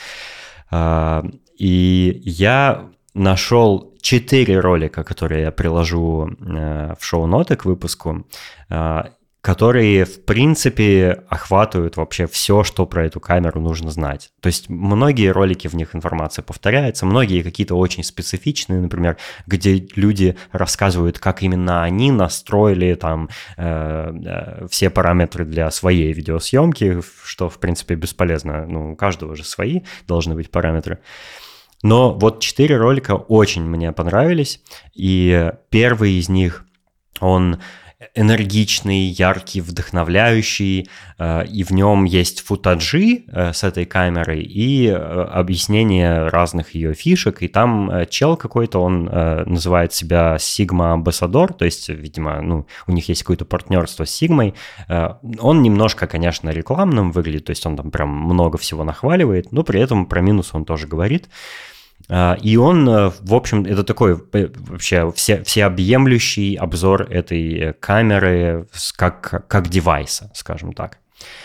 И я нашел четыре ролика, которые я приложу в шоу-ноты к выпуску, которые, в принципе, охватывают вообще все, что про эту камеру нужно знать. То есть многие ролики, в них информация повторяется, многие какие-то очень специфичные, например, где люди рассказывают, как именно они настроили там э, э, все параметры для своей видеосъемки, что, в принципе, бесполезно. Ну, у каждого же свои должны быть параметры. Но вот четыре ролика очень мне понравились, и первый из них, он... энергичный, яркий, вдохновляющий, и в нем есть футажи с этой камерой и объяснение разных ее фишек, и там чел какой-то, он называет себя Sigma Ambassador, то есть, видимо, ну, у них есть какое-то партнерство с Sigma, он немножко, конечно, рекламным выглядит, то есть он там прям много всего нахваливает, но при этом про минус он тоже говорит. И он, в общем, это такой вообще все, всеобъемлющий обзор этой камеры как, как девайса, скажем так.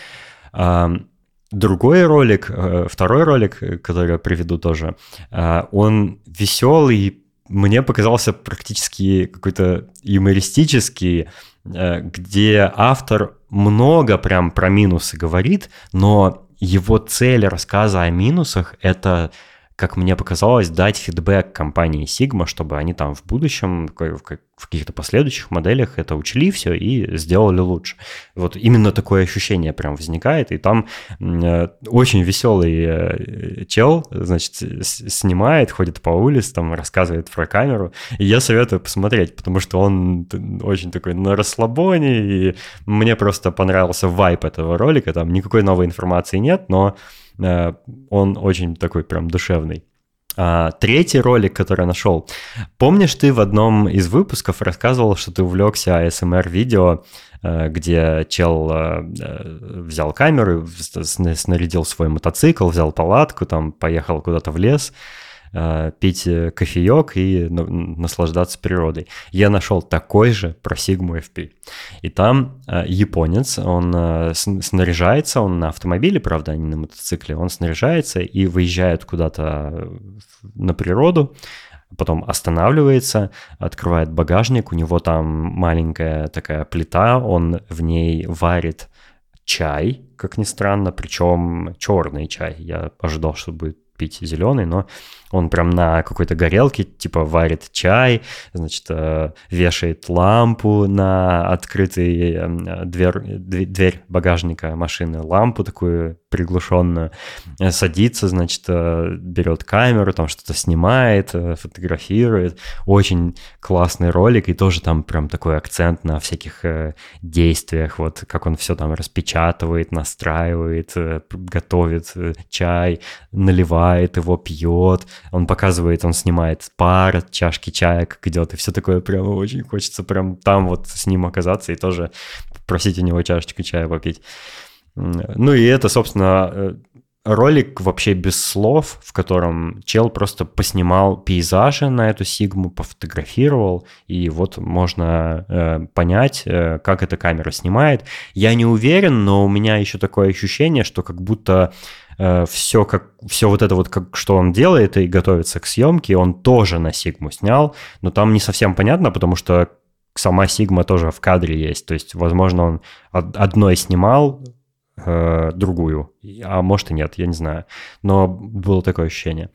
Другой ролик, второй ролик, который я приведу тоже, он веселый, мне показался практически какой-то юмористический, где автор много прям про минусы говорит, но его цель рассказа о минусах – это, как мне показалось, дать фидбэк компании Sigma, чтобы они там в будущем, в каких-то последующих моделях это учли все и сделали лучше. Вот именно такое ощущение прям возникает, и там э, очень веселый э, чел, значит, с- снимает, ходит по улице, там рассказывает про камеру, и я советую посмотреть, потому что он очень такой на расслабоне, и мне просто понравился вайб этого ролика, там никакой новой информации нет, но э, он очень такой прям душевный. А, третий ролик, который я нашел. Помнишь, ты в одном из выпусков рассказывал, что ты увлекся эй эс эм ар-видео, где чел взял камеру, снарядил свой мотоцикл, взял палатку, там поехал куда-то в лес, пить кофеек и наслаждаться природой. Я нашел такой же про Sigma эф пи. И там японец, он снаряжается, он на автомобиле, правда, а не на мотоцикле, он снаряжается и выезжает куда-то на природу, потом останавливается, открывает багажник, у него там маленькая такая плита, он в ней варит чай, как ни странно, причем черный чай. Я ожидал, что будет пить зеленый, но он прям на какой-то горелке типа варит чай, значит, вешает лампу на открытый дверь, дверь багажника машины, лампу такую приглушенную, садится, значит, берет камеру, там что-то снимает, фотографирует. Очень классный ролик, и тоже там прям такой акцент на всяких действиях, вот как он все там распечатывает, настраивает, готовит чай, наливает его, пьет. Он показывает, он снимает пар от чашки чая, как идет, и все такое прямо очень хочется прям там вот с ним оказаться и тоже просить у него чашечку чая попить. Ну и это, собственно, ролик вообще без слов, в котором чел просто поснимал пейзажи на эту Сигму, пофотографировал, и вот можно э, понять, э, как эта камера снимает. Я не уверен, но у меня еще такое ощущение, что как будто все, как, все вот это вот, как, что он делает и готовится к съемке, он тоже на Sigma снял, но там не совсем понятно, потому что сама Sigma тоже в кадре есть, то есть, возможно, он одной снимал, э, другую, а может и нет, я не знаю, но было такое ощущение.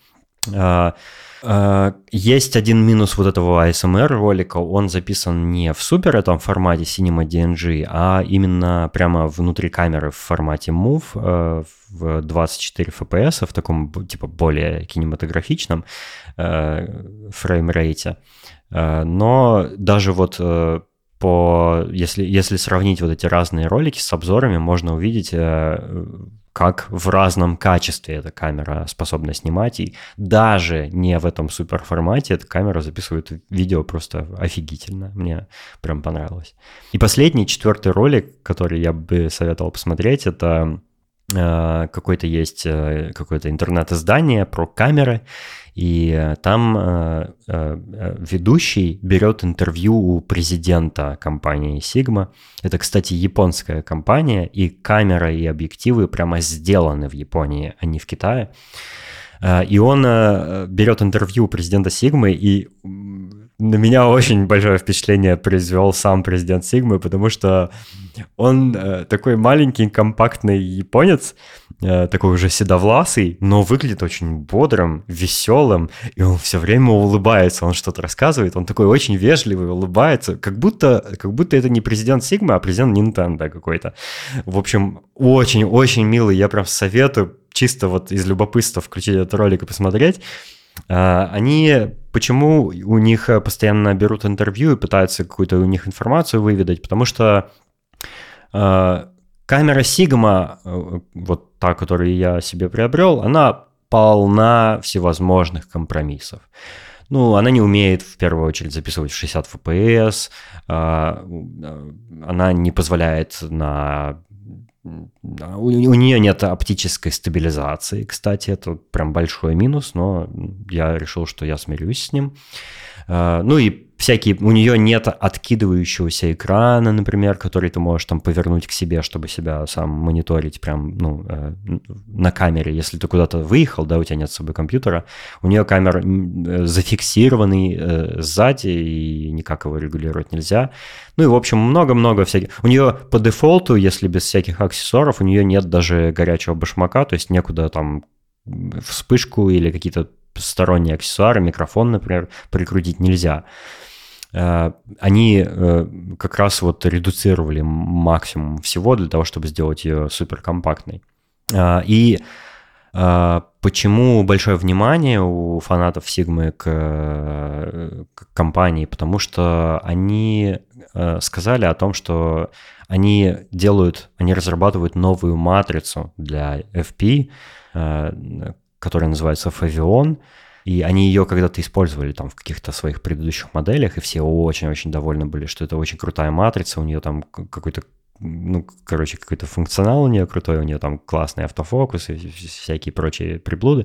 Есть один минус вот этого эй эс эм ар ролика, он записан не в супер этом формате Cinema ди эн джи, а именно прямо внутри камеры в формате Move в двадцать четыре эф пи эс, в таком типа более кинематографичном фреймрейте. Но даже вот по, если, если сравнить вот эти разные ролики с обзорами, можно увидеть, как в разном качестве эта камера способна снимать, и даже не в этом суперформате эта камера записывает видео просто офигительно, мне прям понравилось. И последний, четвертый ролик, который я бы советовал посмотреть, это э, какой-то есть э, какое-то интернет-издание про камеры, и там э, э, ведущий берет интервью у президента компании Sigma. Это, кстати, японская компания, и камера и объективы прямо сделаны в Японии, а не в Китае. Э, и он э, берет интервью у президента Sigma, и на меня очень большое впечатление произвел сам президент Sigma, потому что он э, такой маленький, компактный японец, э, такой уже седовласый, но выглядит очень бодрым, веселым, и он все время улыбается, он что-то рассказывает, он такой очень вежливый, улыбается, как будто, как будто это не президент Sigma, а президент Nintendo какой-то. В общем, очень-очень милый, я прям советую чисто вот из любопытства включить этот ролик и посмотреть. Они, почему у них постоянно берут интервью и пытаются какую-то у них информацию выведать, потому что э, камера Sigma, вот та, которую я себе приобрел, она полна всевозможных компромиссов. Ну, она не умеет в первую очередь записывать в шестьдесят эф пи эс, э, она не позволяет на у, у нее нет оптической стабилизации, кстати, это прям большой минус, но я решил, что я смирюсь с ним. Ну и всякие, у нее нет откидывающегося экрана, например, который ты можешь там повернуть к себе, чтобы себя сам мониторить прям, ну, на камере. Если ты куда-то выехал, да, у тебя нет с собой компьютера, у нее камера зафиксированный сзади, и никак его регулировать нельзя. Ну и, в общем, много-много всяких. У нее по дефолту, если без всяких аксессуаров, у нее нет даже горячего башмака, то есть некуда там вспышку или какие-то сторонние аксессуары, микрофон, например, прикрутить нельзя. Они как раз вот редуцировали максимум всего для того, чтобы сделать ее суперкомпактной. И почему большое внимание у фанатов Sigma к, к компании? Потому что они сказали о том, что они делают, они разрабатывают новую матрицу для эф пи, которая называется Favion, и они ее когда-то использовали там в каких-то своих предыдущих моделях, и все очень-очень довольны были, что это очень крутая матрица, у нее там какой-то, ну, короче, какой-то функционал у нее крутой, у нее там классный автофокус и всякие прочие приблуды.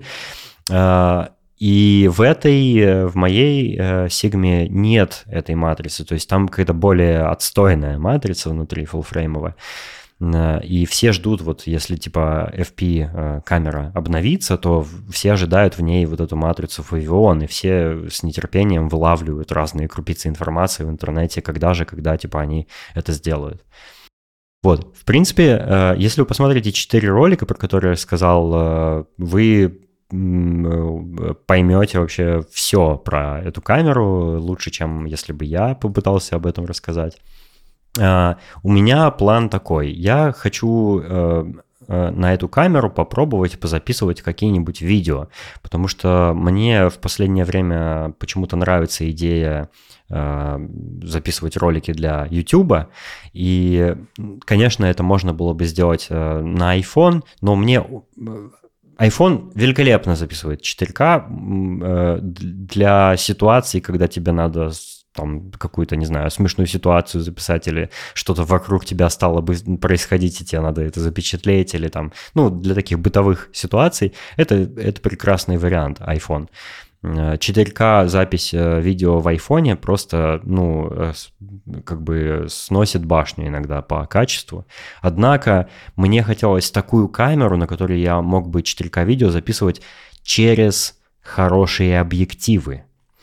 И в этой, в моей Sigma нет этой матрицы, то есть там какая-то более отстойная матрица внутри фуллфреймовая. И все ждут, вот если типа эф пи камера обновится, то все ожидают в ней вот эту матрицу Favion, и все с нетерпением вылавливают разные крупицы информации в интернете, когда же, когда типа они это сделают. Вот, в принципе, если вы посмотрите четыре ролика, про которые я сказал, вы поймете вообще все про эту камеру лучше, чем если бы я попытался об этом рассказать. Uh, у меня план такой. Я хочу uh, uh, на эту камеру попробовать позаписывать какие-нибудь видео, потому что мне в последнее время почему-то нравится идея uh, записывать ролики для YouTube, и, конечно, это можно было бы сделать uh, на iPhone, но мне... iPhone великолепно записывает четыре ка uh, для ситуаций, когда тебе надо... там какую-то, не знаю, смешную ситуацию записать или что-то вокруг тебя стало бы происходить, и тебе надо это запечатлеть, или там, ну, для таких бытовых ситуаций это, это прекрасный вариант iPhone. четыре ка запись видео в айфоне просто, ну, как бы сносит башню иногда по качеству. Однако мне хотелось такую камеру, на которой я мог бы четыре ка видео записывать через хорошие объективы,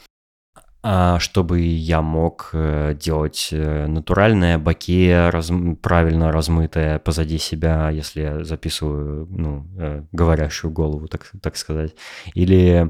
чтобы я мог делать натуральное боке, раз, правильно размытое позади себя, если я записываю, ну, говорящую голову, так, так сказать. Или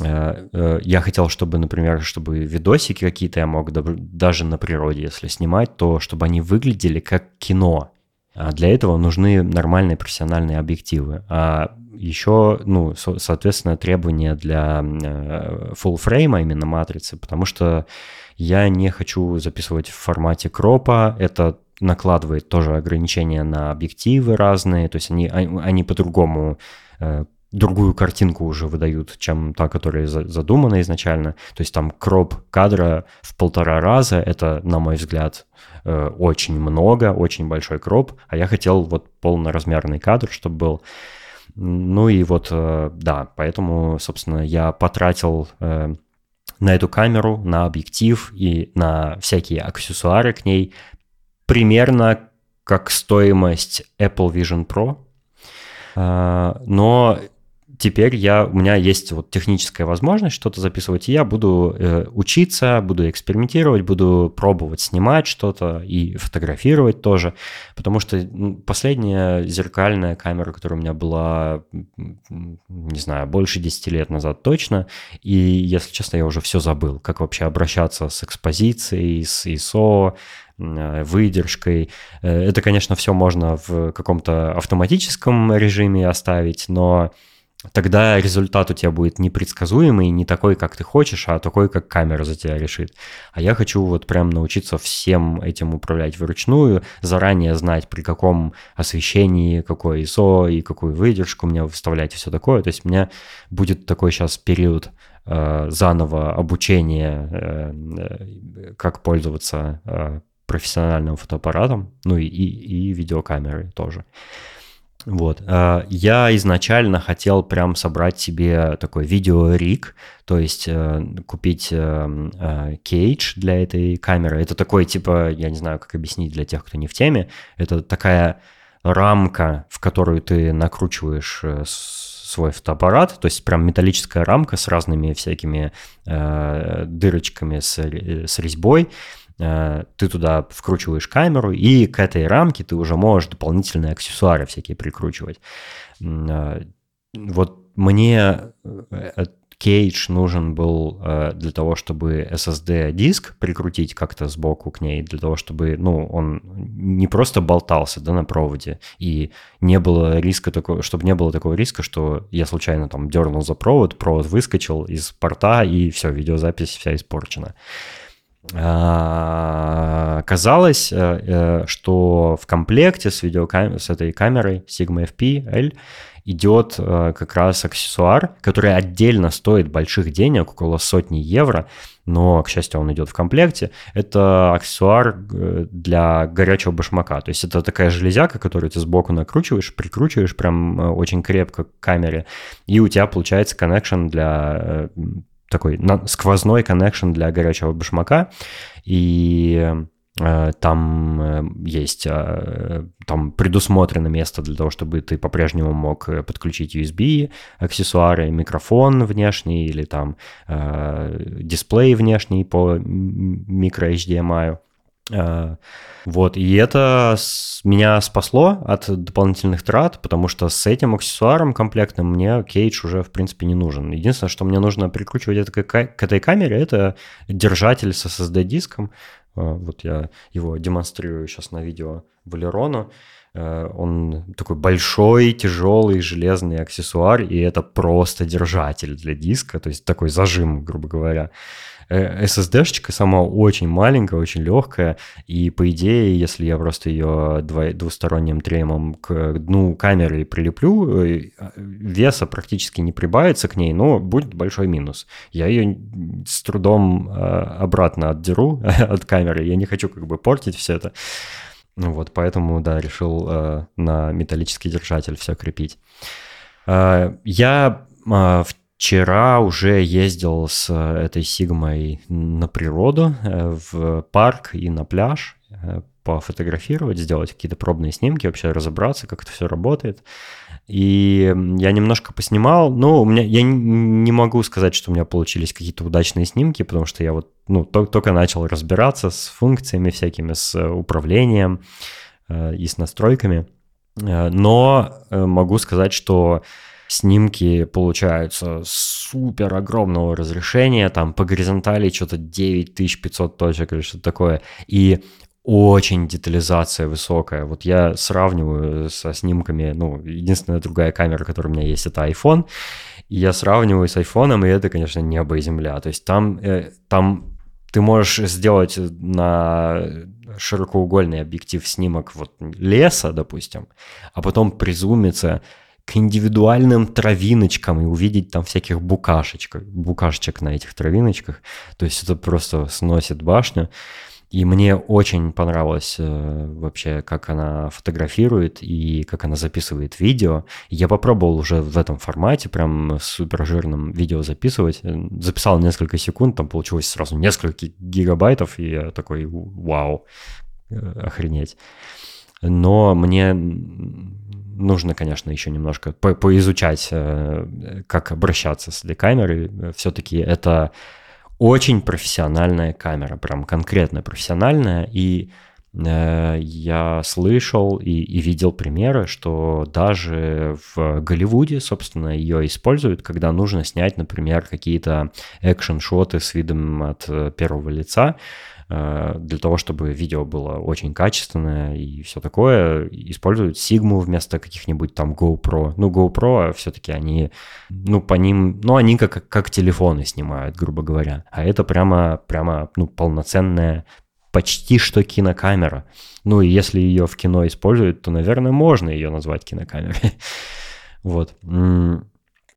я хотел, чтобы, например, чтобы видосики какие-то я мог даже на природе, если снимать, то чтобы они выглядели как кино. А для этого нужны нормальные профессиональные объективы. А еще, ну, со- соответственно, требования для фуллфрейма, именно матрицы, потому что я не хочу записывать в формате кропа. Это накладывает тоже ограничения на объективы разные, то есть они, они по-другому, другую картинку уже выдают, чем та, которая задумана изначально. То есть там кроп кадра в полтора раза, это, на мой взгляд, очень много, очень большой кроп, а я хотел вот полноразмерный кадр, чтобы был. Ну и вот, да, поэтому, собственно, я потратил на эту камеру, на объектив и на всякие аксессуары к ней примерно как стоимость Apple Vision Pro. Но теперь я, у меня есть вот техническая возможность что-то записывать, и я буду э, учиться, буду экспериментировать, буду пробовать снимать что-то и фотографировать тоже, потому что последняя зеркальная камера, которая у меня была, не знаю, больше десяти лет назад точно, и, если честно, я уже все забыл, как вообще обращаться с экспозицией, с ай эс о, выдержкой. Это, конечно, все можно в каком-то автоматическом режиме оставить, но тогда результат у тебя будет непредсказуемый, не такой, как ты хочешь, а такой, как камера за тебя решит. А я хочу вот прям научиться всем этим управлять вручную, заранее знать, при каком освещении, какой ай эс о и какую выдержку мне выставлять и все такое. То есть у меня будет такой сейчас период э, заново обучения, э, как пользоваться э, профессиональным фотоаппаратом, ну и, и, и видеокамерой тоже. Вот. Я изначально хотел прям собрать себе такой видеориг, то есть купить кейдж для этой камеры. Это такой, типа, я не знаю, как объяснить для тех, кто не в теме, это такая рамка, в которую ты накручиваешь свой фотоаппарат, то есть прям металлическая рамка с разными всякими дырочками с, с резьбой. Ты туда вкручиваешь камеру, и к этой рамке ты уже можешь дополнительные аксессуары всякие прикручивать. Вот мне кейдж нужен был для того, чтобы эс эс ди-диск прикрутить как-то сбоку к ней, для того, чтобы, ну, он не просто болтался, да, на проводе, и не было риска такого, чтобы не было такого риска, что я случайно там дернул за провод, провод выскочил из порта, и все, видеозапись вся испорчена. Оказалось, что в комплекте с, видеокам... с этой камерой Sigma эф пи L идет как раз аксессуар, который отдельно стоит больших денег, около сотни евро, но, к счастью, он идет в комплекте. Это аксессуар для горячего башмака. То есть это такая железяка, которую ты сбоку накручиваешь, прикручиваешь прям очень крепко к камере, и у тебя получается коннекшн для... такой сквозной коннекшн для горячего башмака, и э, там э, есть э, там предусмотрено место для того, чтобы ты по-прежнему мог подключить ю эс би аксессуары, микрофон внешний или там э, дисплей внешний по микро-эйч ди эм ай. Вот, и это меня спасло от дополнительных трат, потому что с этим аксессуаром комплектным мне кейдж уже, в принципе, не нужен. Единственное, что мне нужно прикручивать это к этой камере, это держатель с эс эс ди-диском. Вот я его демонстрирую сейчас на видео Валерону. Он такой большой, тяжелый, железный аксессуар, и это просто держатель для диска, то есть такой зажим, грубо говоря. эс эс ди-шечка сама очень маленькая, очень легкая, и по идее, если я просто ее двусторонним тремом к дну камеры прилеплю, веса практически не прибавится к ней, но будет большой минус. Я ее с трудом обратно отдеру от камеры, я не хочу как бы портить все это. Вот, поэтому, да, решил э, на металлический держатель все крепить. Э, я э, вчера уже ездил с этой Сигмой на природу, э, в парк и на пляж, э, пофотографировать, сделать какие-то пробные снимки, вообще разобраться, как это все работает. И я немножко поснимал, но у меня, я не могу сказать, что у меня получились какие-то удачные снимки, потому что я вот ну, только начал разбираться с функциями всякими, с управлением э, и с настройками. Но могу сказать, что снимки получаются супер огромного разрешения, там по горизонтали что-то девять тысяч пятьсот точек или что-то такое, и очень детализация высокая. Вот я сравниваю со снимками, ну, единственная другая камера, которая у меня есть, это iPhone, и я сравниваю с iPhone, и это, конечно, небо и земля. То есть там, э, там ты можешь сделать на широкоугольный объектив снимок вот леса, допустим, а потом призумиться к индивидуальным травиночкам и увидеть там всяких букашечек, букашечек на этих травиночках. То есть это просто сносит башню. И мне очень понравилось э, вообще, как она фотографирует и как она записывает видео. Я попробовал уже в этом формате, прям супер жирным видео записывать. Записал несколько секунд, там получилось сразу несколько гигабайтов, и я такой, вау, охренеть. Но мне нужно, конечно, еще немножко по- поизучать, э, как обращаться с этой камерой. Все-таки это очень профессиональная камера, прям конкретно профессиональная, и э, я слышал и, и видел примеры, что даже в Голливуде, собственно, ее используют, когда нужно снять, например, какие-то экшн-шоты с видом от первого лица, э, для того, чтобы видео было очень качественное и все такое, используют Sigma вместо каких-нибудь там GoPro. Ну, GoPro все-таки они, ну, по ним, ну, они как, как телефоны снимают, грубо говоря. А это прямо, прямо, ну, полноценная, почти что кинокамера. Ну, и если ее в кино используют, то, наверное, можно ее назвать кинокамерой. Вот.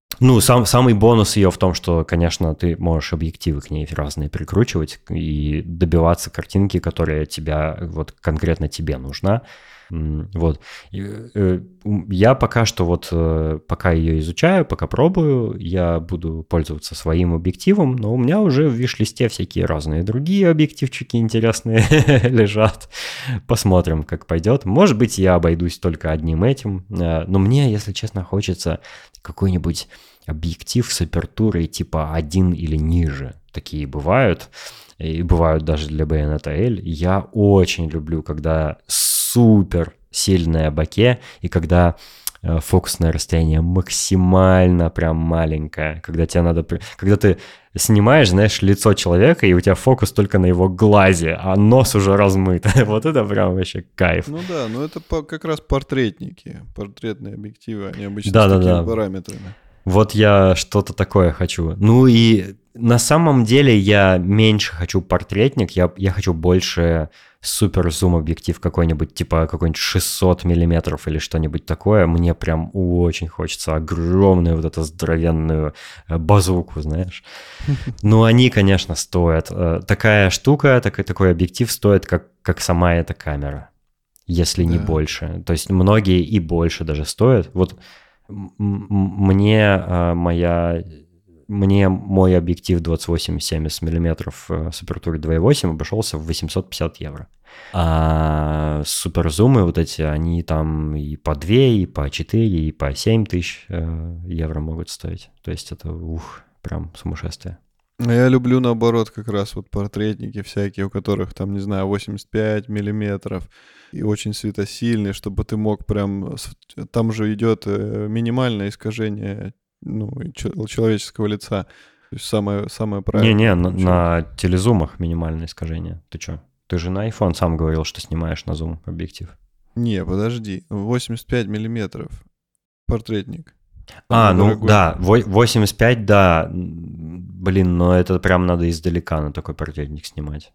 Ну, сам, самый бонус ее в том, что, конечно, ты можешь объективы к ней разные прикручивать и добиваться картинки, которая тебя, вот конкретно тебе нужна. Вот. И, э, я пока что вот, э, пока ее изучаю, пока пробую, я буду пользоваться своим объективом, но у меня уже в виш-листе всякие разные другие объективчики интересные лежат. Посмотрим, как пойдет. Может быть, я обойдусь только одним этим, э, но мне, если честно, хочется какой-нибудь объектив с апертурой типа один или ниже. Такие бывают, и бывают даже для Bayonetta L. Я очень люблю, когда супер сильное боке, и когда э, фокусное расстояние максимально прям маленькое, когда тебе надо... Когда ты снимаешь, знаешь, лицо человека, и у тебя фокус только на его глазе, а нос уже размыт. Вот это прям вообще кайф. Ну да, но это по, как раз портретники, портретные объективы, они обычно да, с да, такими да. параметрами. Вот я что-то такое хочу. Ну и на самом деле я меньше хочу портретник, я, я хочу больше супер-зум-объектив какой-нибудь, типа какой-нибудь шестьсот миллиметров или что-нибудь такое. Мне прям очень хочется огромную вот эту здоровенную базуку, знаешь. Ну, они, конечно, стоят. Такая штука, такой, такой объектив стоит, как, как сама эта камера, если да. не больше. То есть многие и больше даже стоят. Вот мне моя... Мне мой объектив двадцать восемь семьдесят миллиметров с апертурой два и восемь обошелся в восемьсот пятьдесят евро. А суперзумы вот эти, они там и по два, и по четыре, и по семь тысяч евро могут стоить. То есть это, ух, прям сумасшествие. Я люблю, наоборот, как раз вот портретники всякие, у которых там, не знаю, восемьдесят пять миллиметров и очень светосильные, чтобы ты мог прям... Там же идет минимальное искажение, ну, человеческого лица. То есть самое, самое правильное. Не-не, на, на телезумах минимальное искажение. Ты что? Ты же на iPhone сам говорил, что снимаешь на зум объектив. Не, подожди. восемьдесят пять миллиметров портретник. А, ну дорогой. Да, восемьдесят пять, да. Блин, но это прям надо издалека на такой портретник снимать.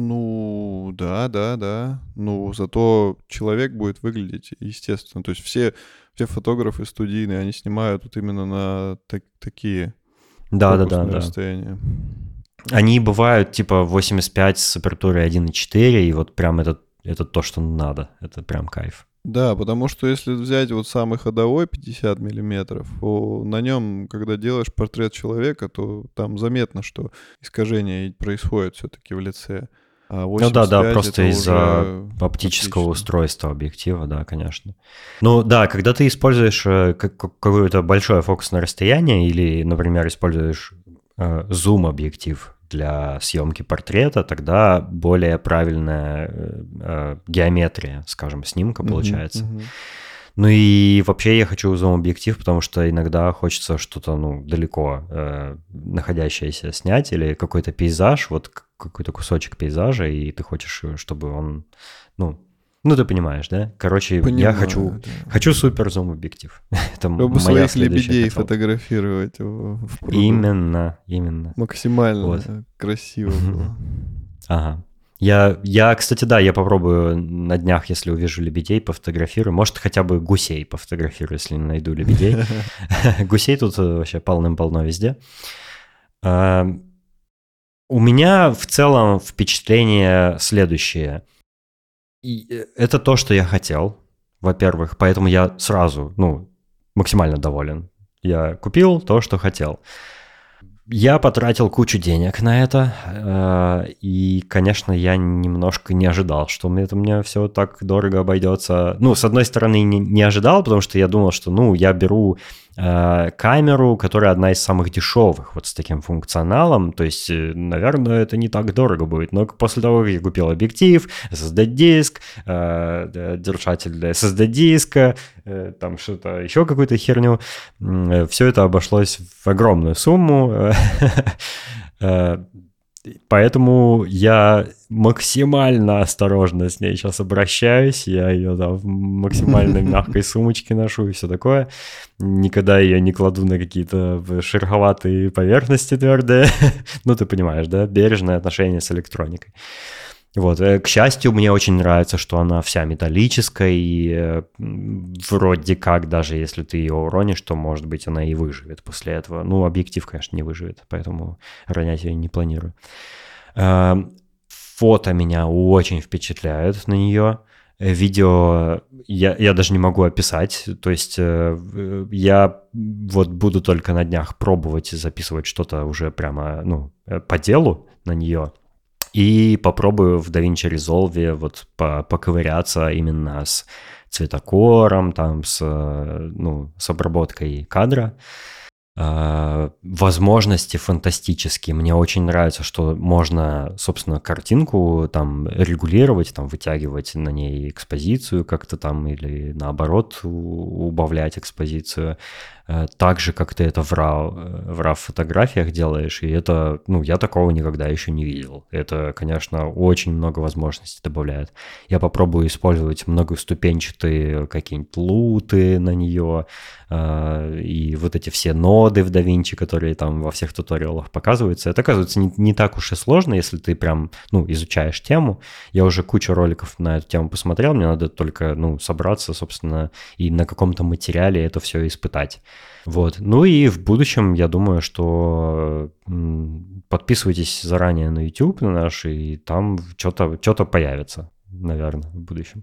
Ну, да, да, да. Ну, зато человек будет выглядеть естественно. То есть все, все фотографы студийные, они снимают вот именно на так, такие да, да, да, расстояния. Да. Они бывают типа восемьдесят пять с апертурой один и четыре, и вот прям это, это то, что надо. Это прям кайф. Да, потому что если взять вот самый ходовой пятьдесят миллиметров, на нем, когда делаешь портрет человека, то там заметно, что искажение происходит все-таки в лице. А ну да, да, просто из-за оптического отлично. Устройства объектива, да, конечно. Ну да, когда ты используешь какое-то большое фокусное расстояние или, например, используешь зум-объектив для съемки портрета, тогда более правильная э, геометрия, скажем, снимка получается. Uh-huh, uh-huh. Ну и вообще я хочу зум-объектив, потому что иногда хочется что-то, ну, далеко э, находящееся снять или какой-то пейзаж, вот какой-то кусочек пейзажа, и ты хочешь, чтобы он, ну, ну ты понимаешь, да? Короче, Понимаю, я хочу, да. хочу супер зум-объектив. Это чтобы своих лебедей хотел. Фотографировать в, в пруду. Именно, именно. Максимально вот. Красиво было. Ага. Я, я, кстати, да, я попробую на днях, если увижу лебедей, пофотографирую. Может, хотя бы гусей пофотографирую, если не найду лебедей. Гусей тут вообще полным-полно везде. У меня в целом впечатление следующее. И это то, что я хотел, во-первых, поэтому я сразу, ну, максимально доволен. Я купил то, что хотел. Я потратил кучу денег на это, и, конечно, я немножко не ожидал, что это мне все так дорого обойдется. Ну, с одной стороны, не, не ожидал, потому что я думал, что, ну, я беру э, камеру, которая одна из самых дешевых, вот с таким функционалом, то есть, наверное, это не так дорого будет. Но после того, как я купил объектив, эс эс ди-диск, э, держатель для эс эс ди-диска, э, там что-то, еще какую-то херню, э, все это обошлось в огромную сумму. Поэтому я максимально осторожно с ней сейчас обращаюсь. Я ее да, в максимально мягкой сумочке ношу и все такое. Никогда ее не кладу на какие-то шероховатые поверхности твердые. Ну, ты понимаешь, да? Бережное отношение с электроникой. Вот, к счастью, мне очень нравится, что она вся металлическая, и вроде как, даже если ты ее уронишь, то, может быть, она и выживет после этого. Ну, объектив, конечно, не выживет, поэтому ронять ее не планирую. Фото меня очень впечатляют на нее. Видео я, я даже не могу описать, то есть э, я вот буду только на днях пробовать записывать что-то уже прямо, ну, по делу на нее, и попробую в DaVinci Resolve вот поковыряться именно с цветокором, там, с, ну, с обработкой кадра. Возможности фантастические. Мне очень нравится, что можно, собственно, картинку там регулировать, там вытягивать на ней экспозицию как-то там или наоборот убавлять экспозицию. Так же, как ты это в RAW, в RAW-фотографиях делаешь, и это, ну, я такого никогда еще не видел. Это, конечно, очень много возможностей добавляет. Я попробую использовать многоступенчатые какие-нибудь луты на нее, и вот эти все ноды в DaVinci, которые там во всех туториалах показываются. Это, оказывается, не, не так уж и сложно, если ты прям, ну, изучаешь тему. Я уже кучу роликов на эту тему посмотрел, мне надо только, ну, собраться, собственно, и на каком-то материале это все испытать. Вот. Ну и в будущем, я думаю, что подписывайтесь заранее на YouTube на наш, и там что-то, что-то появится, наверное, в будущем.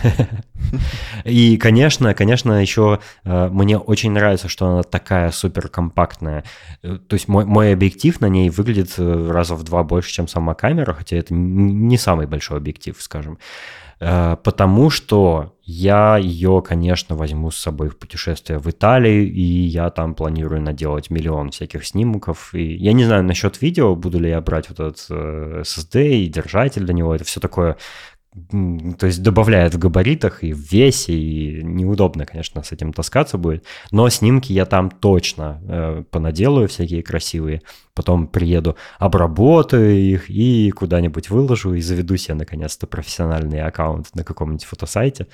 И, конечно, конечно, еще э, мне очень нравится, что она такая суперкомпактная. То есть мой, мой объектив на ней выглядит раза в два больше, чем сама камера, хотя это не самый большой объектив, скажем. Э, потому что я ее, конечно, возьму с собой в путешествие в Италию, и я там планирую наделать миллион всяких снимков. И я не знаю насчет видео, буду ли я брать вот этот э, эс эс ди и держатель для него. Это все такое... То есть добавляет в габаритах и в весе, и неудобно, конечно, с этим таскаться будет. Но снимки я там точно э, понаделаю всякие красивые. Потом приеду, обработаю их и куда-нибудь выложу, и заведу себе, наконец-то, профессиональный аккаунт на каком-нибудь фотосайте.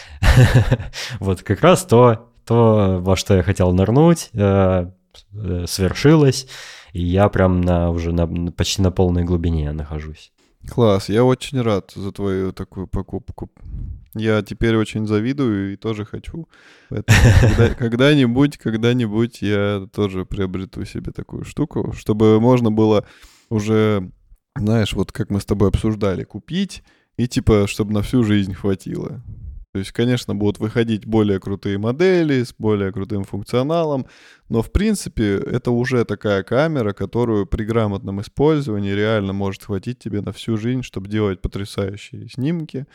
Вот как раз то, то, во что я хотел нырнуть, свершилось, и я прям на, уже на, почти на полной глубине нахожусь. Класс, я очень рад за твою такую покупку. Я теперь очень завидую и тоже хочу. Когда, когда-нибудь, когда-нибудь я тоже приобрету себе такую штуку, чтобы можно было уже, знаешь, вот как мы с тобой обсуждали, купить и типа, чтобы на всю жизнь хватило. То есть, конечно, будут выходить более крутые модели с более крутым функционалом, но, в принципе, это уже такая камера, которую при грамотном использовании реально может хватить тебе на всю жизнь, чтобы делать потрясающие снимки.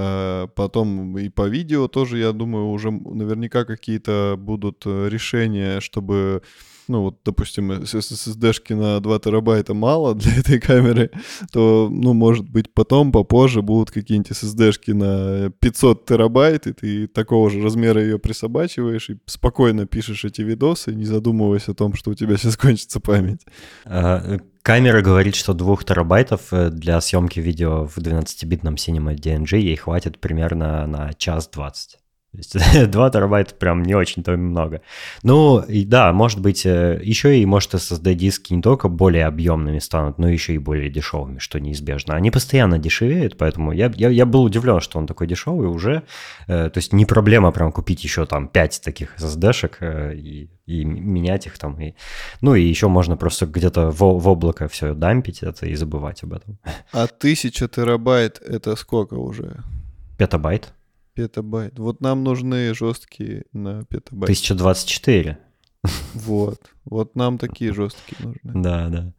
Потом и по видео тоже, я думаю, уже наверняка какие-то будут решения, чтобы... Ну, вот, допустим, если эс эс ди-шки на два терабайта мало для этой камеры, то, ну, может быть, потом, попозже будут какие-нибудь эс эс ди-шки на пятьсот терабайт, и ты такого же размера ее присобачиваешь и спокойно пишешь эти видосы, не задумываясь о том, что у тебя сейчас кончится память. А, камера говорит, что двух терабайтов для съемки видео в двенадцатибитном Cinema ди эн джи ей хватит примерно на час двадцать. То есть два терабайта прям не очень-то много. Ну, и да, может быть, еще и, может, эс эс ди-диски не только более объемными станут, но еще и более дешевыми, что неизбежно. Они постоянно дешевеют, поэтому я, я, я был удивлен, что он такой дешевый уже. То есть не проблема прям купить еще там пять таких эс эс ди-шек и, и менять их там. И, ну, и еще можно просто где-то в, в облако все дампить это и забывать об этом. А тысяча терабайт — это сколько уже? Петабайт. Петабайт. Вот нам нужны жесткие на петабайт. тысяча двадцать четыре. Вот. Вот нам такие жесткие нужны. Да, да.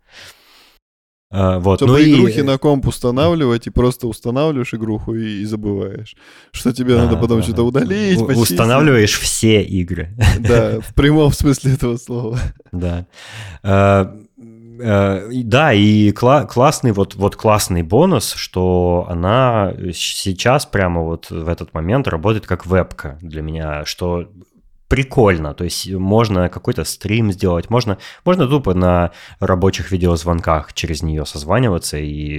А, вот. Чтобы ну игрухи и... на комп устанавливать, и просто устанавливаешь игруху и, и забываешь, что тебе а, надо потом да, что-то удалить, почистить. Устанавливаешь все игры. Да, в прямом смысле этого слова. Да. Да, и кла- классный, вот, вот классный бонус, что она сейчас прямо вот в этот момент работает как вебка для меня, что прикольно, то есть можно какой-то стрим сделать, можно, можно тупо на рабочих видеозвонках через нее созваниваться и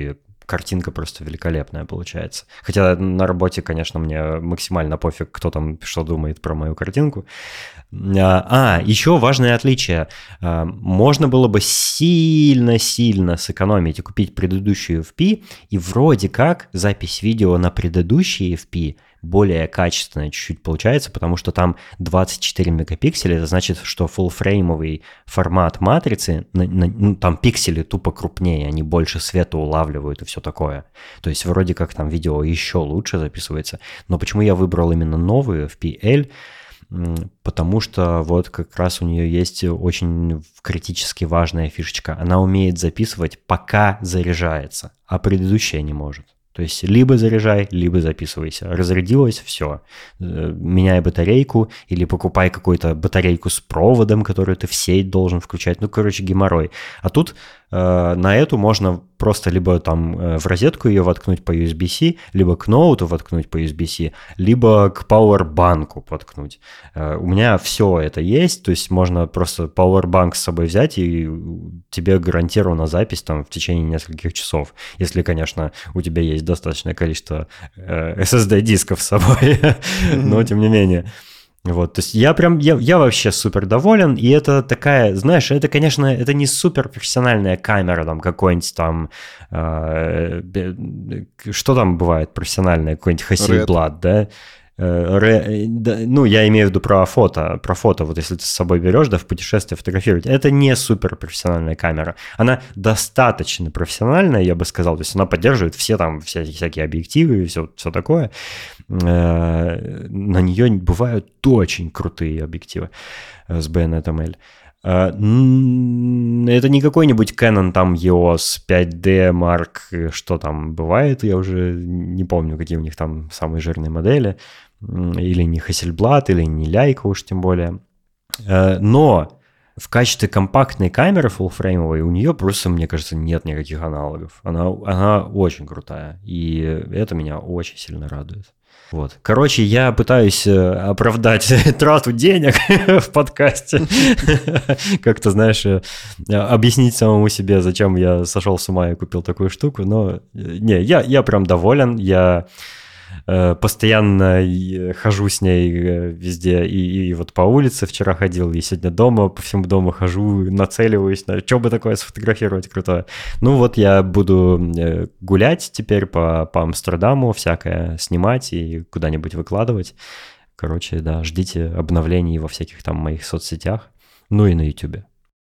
картинка просто великолепная получается. Хотя на работе, конечно, мне максимально пофиг, кто там что думает про мою картинку. А, еще важное отличие. Можно было бы сильно-сильно сэкономить и купить предыдущую эф пи, и вроде как запись видео на предыдущей эф пи более качественная чуть-чуть получается, потому что там двадцать четыре мегапикселя, это значит, что фуллфреймовый формат матрицы, ну, там пиксели тупо крупнее, они больше света улавливают и все такое. То есть вроде как там видео еще лучше записывается. Но почему я выбрал именно новую эф пи эль? Потому что вот как раз у нее есть очень критически важная фишечка. Она умеет записывать, пока заряжается, а предыдущая не может. То есть либо заряжай, либо записывайся. Разрядилось — все. Меняй батарейку или покупай какую-то батарейку с проводом, которую ты в сеть должен включать. Ну, короче, геморрой. А тут э, на эту можно просто либо там э, в розетку ее воткнуть по ю эс би-C, либо к ноуту воткнуть по ю эс би-C, либо к пауэрбанку воткнуть. Э, у меня все это есть, то есть можно просто пауэрбанк с собой взять, и тебе гарантирована запись там в течение нескольких часов. Если, конечно, у тебя есть достаточное количество э, эс эс ди-дисков с собой, но тем не менее. Вот, то есть я прям, я, я вообще супер доволен, и это такая, знаешь, это, конечно, это не супер профессиональная камера, там, какой-нибудь там, э, что там бывает профессиональное, какой-нибудь Hasselblad, да? Ре, да, ну, я имею в виду про фото, про фото, вот если ты с собой берешь, да, в путешествие фотографировать, это не супер профессиональная камера, она достаточно профессиональная, я бы сказал, то есть она поддерживает все там, все, всякие объективы и все, все такое, на нее бывают очень крутые объективы с байонетом L. Это не какой-нибудь Canon там и о эс пять ди Mark, что там бывает, я уже не помню, какие у них там самые жирные модели, или не Hasselblad, или не Leica уж тем более. Но в качестве компактной камеры фуллфреймовой у нее просто, мне кажется, нет никаких аналогов. Она, она очень крутая, и это меня очень сильно радует. Вот. Короче, я пытаюсь оправдать трату денег в подкасте. Как-то, знаешь, объяснить самому себе, зачем я сошел с ума и купил такую штуку. Но не, я, я прям доволен. Я постоянно хожу с ней везде, и, и вот по улице вчера ходил, и сегодня дома, по всему дому хожу, нацеливаюсь на что бы такое сфотографировать крутое. Ну вот я буду гулять теперь по, по Амстердаму, всякое снимать и куда-нибудь выкладывать. Короче, да, ждите обновлений во всяких там моих соцсетях, ну и на Ютубе.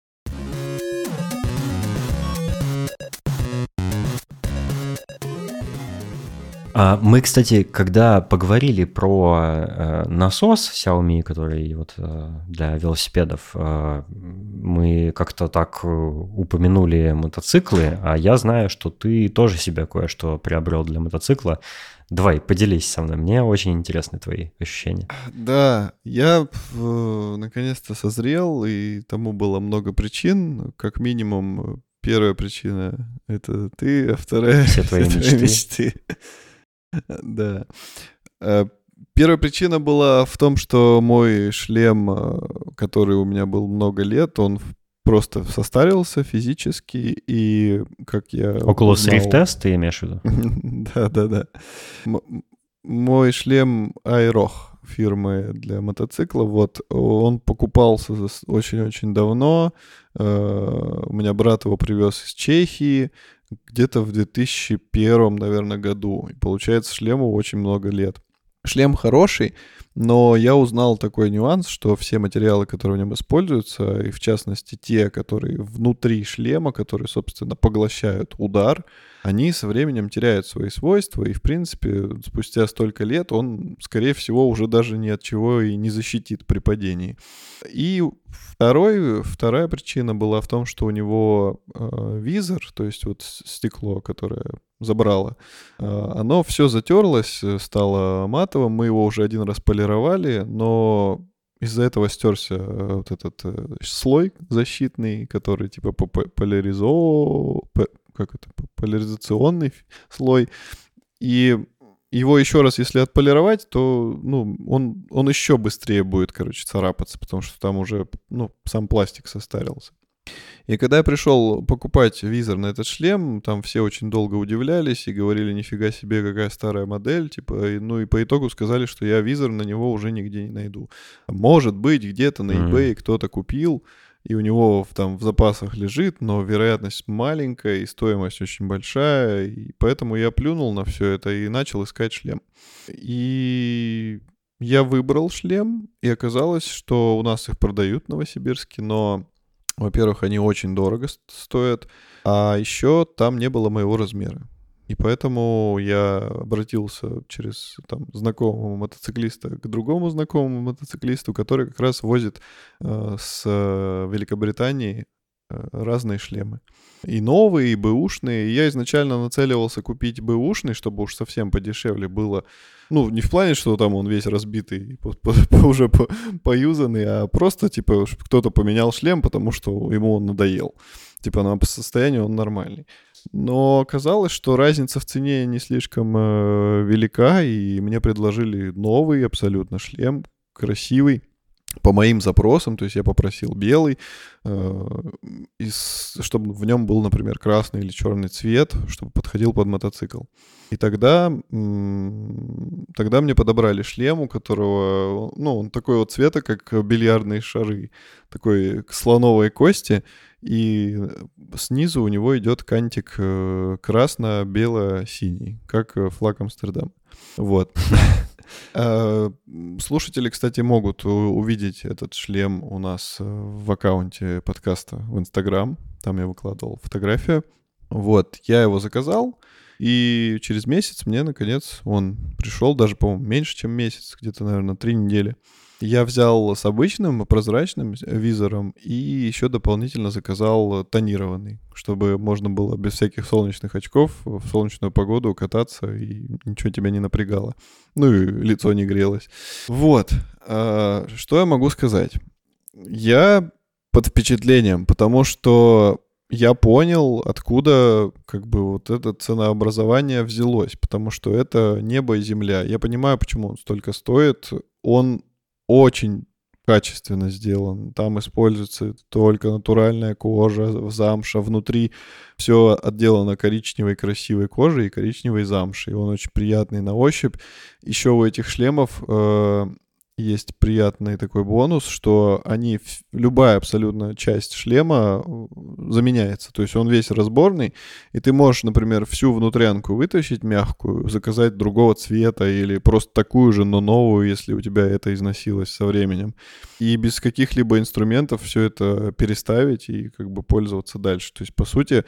Мы, кстати, когда поговорили про э, насос Xiaomi, который вот э, для велосипедов, э, мы как-то так упомянули мотоциклы, а я знаю, что ты тоже себе кое-что приобрел для мотоцикла. Давай, поделись со мной, мне очень интересны твои ощущения. Да, я э, наконец-то созрел, и тому было много причин, как минимум. Первая причина — это ты, а вторая — все твои мечты. мечты. Да. Первая причина была в том, что мой шлем, который у меня был много лет, он просто состарился физически, и как я... Oculus Rift S ты имеешь в виду? Да-да-да. Мой шлем Aerox фирмы для мотоцикла, вот, он покупался очень-очень давно. У меня брат его привез из Чехии где-то в две тысячи первом, наверное, году. И получается, шлему очень много лет. Шлем хороший, но я узнал такой нюанс, что все материалы, которые в нем используются, и в частности те, которые внутри шлема, которые, собственно, поглощают удар, они со временем теряют свои свойства, и, в принципе, спустя столько лет он, скорее всего, уже даже ни от чего и не защитит при падении. И второй, вторая причина была в том, что у него э, визор, то есть вот стекло, которое забрало, э, оно все затерлось, стало матовым, мы его уже один раз полировали, но из-за этого стерся вот этот э, слой защитный, который типа поляризо... как это, поляризационный слой, и его еще раз, если отполировать, то, ну, он, он еще быстрее будет, короче, царапаться, потому что там уже, ну, сам пластик состарился. И когда я пришел покупать визор на этот шлем, там все очень долго удивлялись и говорили, нифига себе, какая старая модель, типа, и, ну и по итогу сказали, что я визор на него уже нигде не найду. Может быть, где-то на eBay mm-hmm. кто-то купил, и у него там в запасах лежит, но вероятность маленькая и стоимость очень большая, и поэтому я плюнул на все это и начал искать шлем. И я выбрал шлем, и оказалось, что у нас их продают в Новосибирске, но, во-первых, они очень дорого стоят, а еще там не было моего размера. И поэтому я обратился через там, знакомого мотоциклиста к другому знакомому мотоциклисту, который как раз возит э, с Великобритании э, разные шлемы. И новые, и бэушные. И я изначально нацеливался купить бэушный, чтобы уж совсем подешевле было. Ну, не в плане, что там он весь разбитый, по, по, по, уже по, поюзанный, а просто, типа, кто-то поменял шлем, потому что ему он надоел. Типа, на состоянии он нормальный. Но оказалось, что разница в цене не слишком э, велика, и мне предложили новый абсолютно шлем, красивый, по моим запросам. То есть я попросил белый, э, из, чтобы в нем был, например, красный или черный цвет, чтобы подходил под мотоцикл. И тогда, м- тогда мне подобрали шлем, у которого, ну, он такой вот цвета, как бильярдные шары, такой слоновой кости, и снизу у него идет кантик красно-бело-синий, как флаг Амстердама. Вот. Слушатели, кстати, могут увидеть этот шлем у нас в аккаунте подкаста в Инстаграм. Там я выкладывал фотографию. Вот, я его заказал, и через месяц мне, наконец, он пришел, даже, по-моему, меньше, чем месяц, где-то, наверное, три недели. Я взял с обычным прозрачным визором и еще дополнительно заказал тонированный, чтобы можно было без всяких солнечных очков в солнечную погоду кататься и ничего тебя не напрягало. Ну и лицо не грелось. Вот. Что я могу сказать? Я под впечатлением, потому что я понял, откуда как бы вот это ценообразование взялось, потому что это небо и земля. Я понимаю, почему он столько стоит. Он очень качественно сделан. Там используется только натуральная кожа, замша. Внутри все отделано коричневой красивой кожей и коричневой замшей. Он очень приятный на ощупь. Еще у этих шлемов э, есть приятный такой бонус, что они, любая абсолютно часть шлема заменяется. То есть он весь разборный, и ты можешь, например, всю внутрянку вытащить мягкую, заказать другого цвета или просто такую же, но новую, если у тебя это износилось со временем. И без каких-либо инструментов все это переставить и как бы пользоваться дальше. То есть, по сути,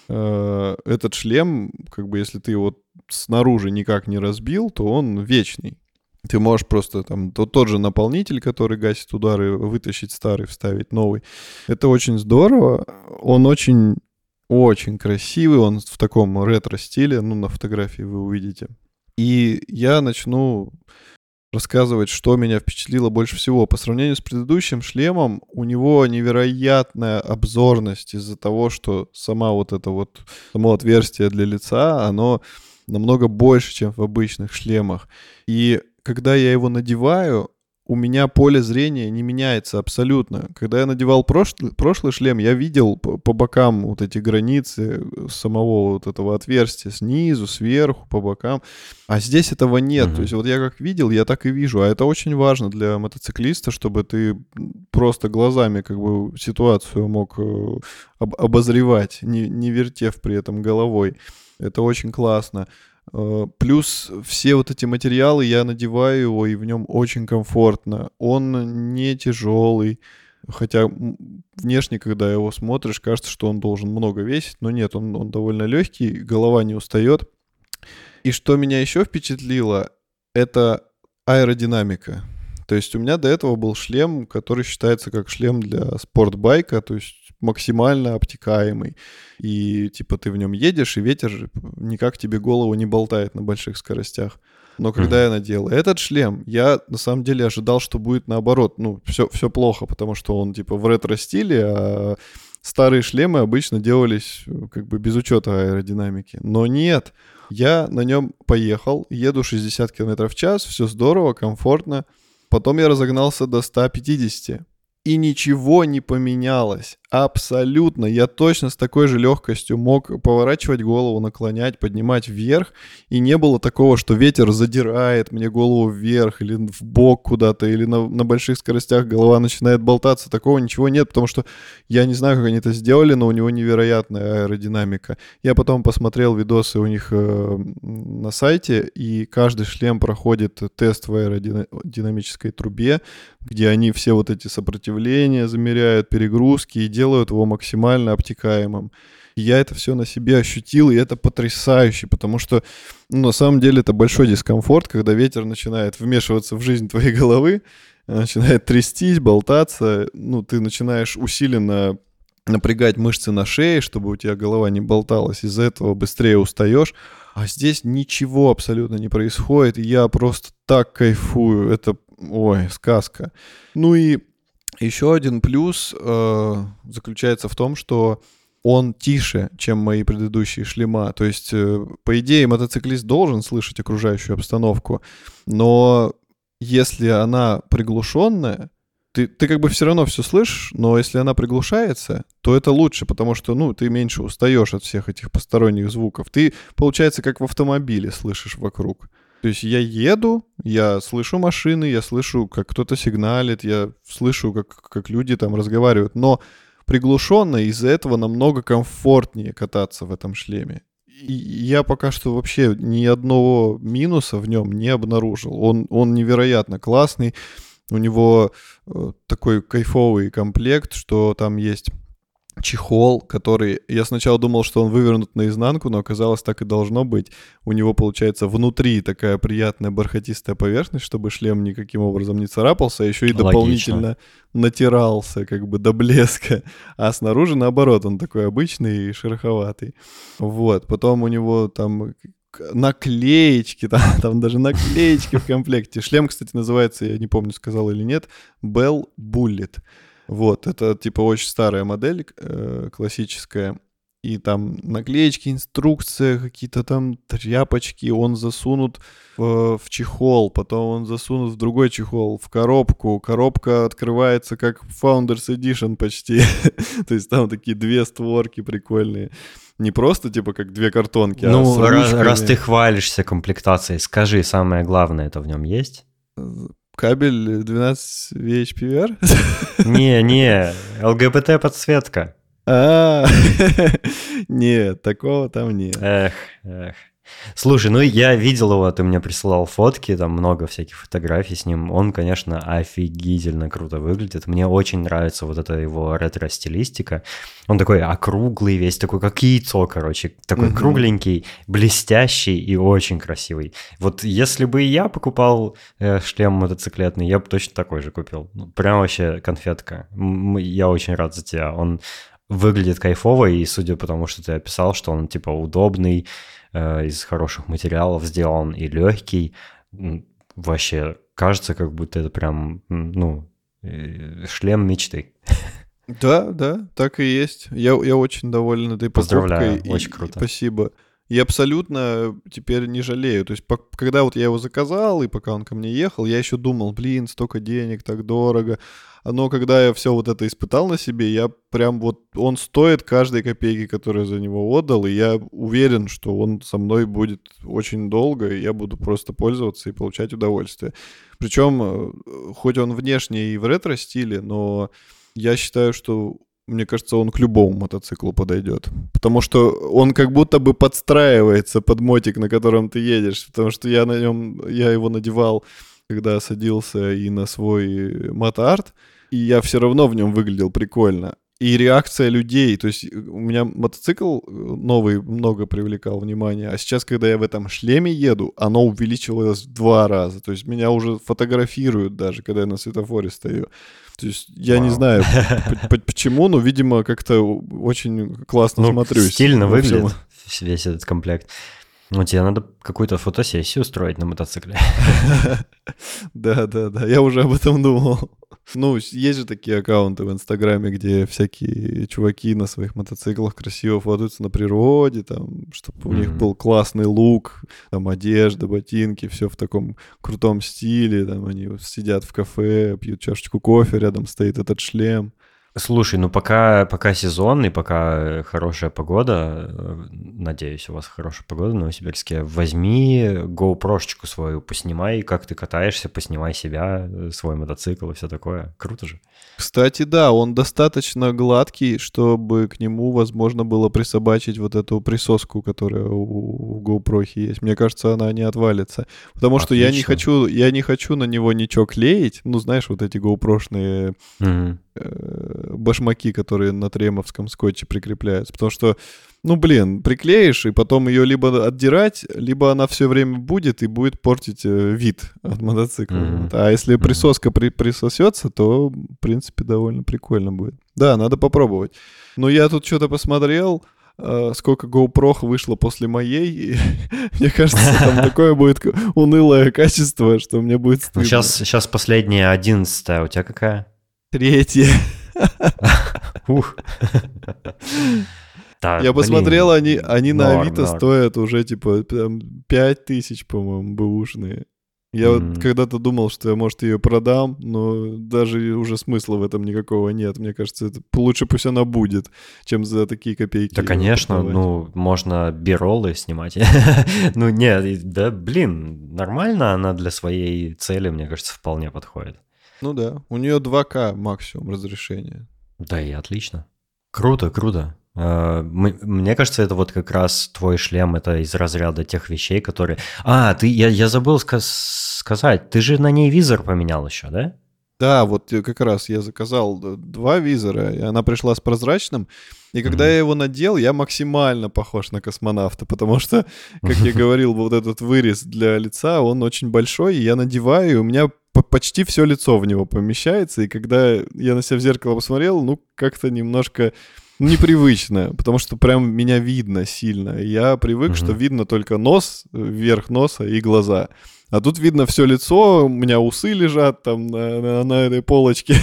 этот шлем, как бы если ты его снаружи никак не разбил, то он вечный. Ты можешь просто там тот, тот же наполнитель, который гасит удары, вытащить старый, вставить новый. Это очень здорово. Он очень, очень красивый. Он в таком ретро-стиле. Ну, на фотографии вы увидите. И я начну рассказывать, что меня впечатлило больше всего. По сравнению с предыдущим шлемом, у него невероятная обзорность из-за того, что сама вот это вот, само отверстие для лица, оно намного больше, чем в обычных шлемах. И когда я его надеваю, у меня поле зрения не меняется абсолютно. Когда я надевал прошлый, прошлый шлем, я видел по, по бокам вот эти границы самого вот этого отверстия, снизу, сверху, по бокам. А здесь этого нет. Mm-hmm. То есть вот я как видел, я так и вижу. А это очень важно для мотоциклиста, чтобы ты просто глазами как бы ситуацию мог об- обозревать, не, не вертев при этом головой. Это очень классно. Плюс все вот эти материалы я надеваю его, и в нем очень комфортно. Он не тяжелый, хотя внешне, когда его смотришь, кажется, что он должен много весить, но нет, он, он довольно легкий, голова не устает. И что меня еще впечатлило, это аэродинамика. То есть у меня до этого был шлем, который считается как шлем для спортбайка, то есть максимально обтекаемый. И типа ты в нем едешь, и ветер никак тебе голову не болтает на больших скоростях. Но когда mm-hmm. я надел этот шлем, я на самом деле ожидал, что будет наоборот. Ну, все, все плохо, потому что он типа в ретро-стиле, а старые шлемы обычно делались как бы без учета аэродинамики. Но нет, я на нем поехал, еду шестьдесят километров в час, все здорово, комфортно. Потом я разогнался до ста пятидесяти. и ничего не поменялось. Абсолютно. Я точно с такой же легкостью мог поворачивать голову, наклонять, поднимать вверх. И не было такого, что ветер задирает мне голову вверх или в бок куда-то, или на, на больших скоростях голова начинает болтаться. Такого ничего нет, потому что я не знаю, как они это сделали, но у него невероятная аэродинамика. Я потом посмотрел видосы у них э, на сайте, и каждый шлем проходит тест в аэродинамической трубе, где они все вот эти сопротивления замеряют, перегрузки и делают его максимально обтекаемым. И я это все на себе ощутил, и это потрясающе, потому что, ну, на самом деле это большой дискомфорт, когда ветер начинает вмешиваться в жизнь твоей головы, начинает трястись, болтаться, ну, ты начинаешь усиленно напрягать мышцы на шее, чтобы у тебя голова не болталась, из-за этого быстрее устаешь. А здесь ничего абсолютно не происходит, и я просто так кайфую, это, ой, сказка. Ну и еще один плюс э, заключается в том, что он тише, чем мои предыдущие шлема. То есть, э, по идее, мотоциклист должен слышать окружающую обстановку, но если она приглушенная, ты, ты как бы все равно все слышишь, но если она приглушается, то это лучше, потому что, ну, ты меньше устаешь от всех этих посторонних звуков. Ты, получается, как в автомобиле слышишь вокруг. То есть я еду, я слышу машины, я слышу, как кто-то сигналит, я слышу, как, как люди там разговаривают, но приглушенно из-за этого намного комфортнее кататься в этом шлеме. И я пока что вообще ни одного минуса в нем не обнаружил. Он, он невероятно классный. У него э, такой кайфовый комплект, что там есть чехол, который... Я сначала думал, что он вывернут наизнанку, но оказалось, так и должно быть. У него, получается, внутри такая приятная бархатистая поверхность, чтобы шлем никаким образом не царапался, а еще и Логично. Дополнительно натирался как бы до блеска. А снаружи, наоборот, он такой обычный и шероховатый. Вот. Потом у него там... наклеечки, там, там даже наклеечки в комплекте. Шлем, кстати, называется, я не помню, сказал или нет, Bell Bullet. Вот, это типа очень старая модель, э, классическая. И там наклеечки, инструкция, какие-то там тряпочки. Он засунут в, в чехол, потом он засунут в другой чехол, в коробку. Коробка открывается как Founders Edition почти. То есть там такие две створки прикольные. Не просто типа как две картонки, ну, а с раз, ручками. раз ты хвалишься комплектацией, скажи, самое главное это в нем есть? Кабель двенадцать ви эйч пи ви ар? Не, не, ЛГБТ-подсветка. А, нет, такого там нет. Эх, эх. Слушай, ну я видел его, ты мне присылал фотки, там много всяких фотографий с ним. Он, конечно, офигительно круто выглядит. Мне очень нравится вот эта его ретро-стилистика. Он такой округлый, весь такой, как яйцо, короче. Такой угу. кругленький, блестящий и очень красивый. Вот если бы я покупал э, шлем мотоциклетный, я бы точно такой же купил. Ну, прям вообще конфетка. Я очень рад за тебя. Он выглядит кайфово, и судя по тому, что ты описал, что он типа удобный, из хороших материалов сделан и легкий. Вообще кажется, как будто это прям, ну, шлем мечты. Да, да, так и есть. Я, я очень доволен этой покупкой. Поздравляю, очень круто. Спасибо. И абсолютно теперь не жалею. То есть, по, когда вот я его заказал, и пока он ко мне ехал, я еще думал, блин, столько денег, так дорого. Но когда я все вот это испытал на себе, я прям вот... Он стоит каждой копейки, которую я за него отдал, и я уверен, что он со мной будет очень долго, и я буду просто пользоваться и получать удовольствие. Причем, хоть он внешне и в ретро-стиле, но я считаю, что... Мне кажется, он к любому мотоциклу подойдет. Потому что он как будто бы подстраивается под мотик, на котором ты едешь. Потому что я на нем, я его надевал, когда садился и на свой мотоарт, и я все равно в нем выглядел прикольно. И реакция людей, то есть у меня мотоцикл новый много привлекал внимания, а сейчас, когда я в этом шлеме еду, оно увеличилось в два раза. То есть меня уже фотографируют даже, когда я на светофоре стою. То есть я Вау. не знаю почему, но, видимо, как-то очень классно ну, смотрюсь. Стильно выглядит весь этот комплект. Ну, тебе надо какую-то фотосессию устроить на мотоцикле. Да, да, да, я уже об этом думал. Ну, есть же такие аккаунты в Инстаграме, где всякие чуваки на своих мотоциклах красиво фотаются на природе, там, чтобы mm-hmm. у них был классный лук, там, одежда, ботинки, все в таком крутом стиле, там, они сидят в кафе, пьют чашечку кофе, рядом стоит этот шлем. Слушай, ну пока, пока сезон и пока хорошая погода, надеюсь, у вас хорошая погода в Новосибирске, возьми GoPro-шечку свою, поснимай, как ты катаешься, поснимай себя, свой мотоцикл и все такое. Круто же. Кстати, да, он достаточно гладкий, чтобы к нему возможно было присобачить вот эту присоску, которая у GoPro есть. Мне кажется, она не отвалится. Потому Отлично. что я не хочу, я не хочу на него ничего клеить. Ну, знаешь, вот эти GoPro-шные mm-hmm. э, башмаки, которые на тремовском скотче прикрепляются. Потому что, ну, блин, приклеишь, и потом ее либо отдирать, либо она все время будет и будет портить э, вид от мотоцикла. Mm-hmm. А если присоска при, присосется, то, в принципе, довольно прикольно будет. Да, надо попробовать. Но я тут что-то посмотрел, э, сколько GoPro вышло после моей, и мне кажется, там такое будет унылое качество, что мне будет стыдно. Ну, сейчас, сейчас последняя, одиннадцатая. У тебя какая? Третья. Ух. Да, я блин, посмотрел, они, они норм, на Авито норм. стоят уже типа пять тысяч, по-моему, бэушные. Я mm-hmm. вот когда-то думал, что я, может, ее продам, но даже уже смысла в этом никакого нет. Мне кажется, это лучше пусть она будет, чем за такие копейки. Да, конечно, продавать. Ну, можно би-роллы снимать. Ну, нет, да, блин, нормально она для своей цели, мне кажется, вполне подходит. Ну да, у нее два ка максимум разрешения. Да, и отлично. Круто, круто. Мне кажется, это вот как раз твой шлем, это из разряда тех вещей, которые... А, ты, я, я забыл ска- сказать, ты же на ней визор поменял еще, да? Да, вот как раз я заказал два визора, и она пришла с прозрачным, и когда mm-hmm. я его надел, я максимально похож на космонавта, потому что, как я говорил, вот этот вырез для лица, он очень большой, и я надеваю, и у меня почти все лицо в него помещается, и когда я на себя в зеркало посмотрел, ну, как-то немножко... непривычно, потому что прям меня видно сильно. Я привык, mm-hmm. что видно только нос, верх носа и глаза. А тут видно все лицо, у меня усы лежат там на, на, на этой полочке.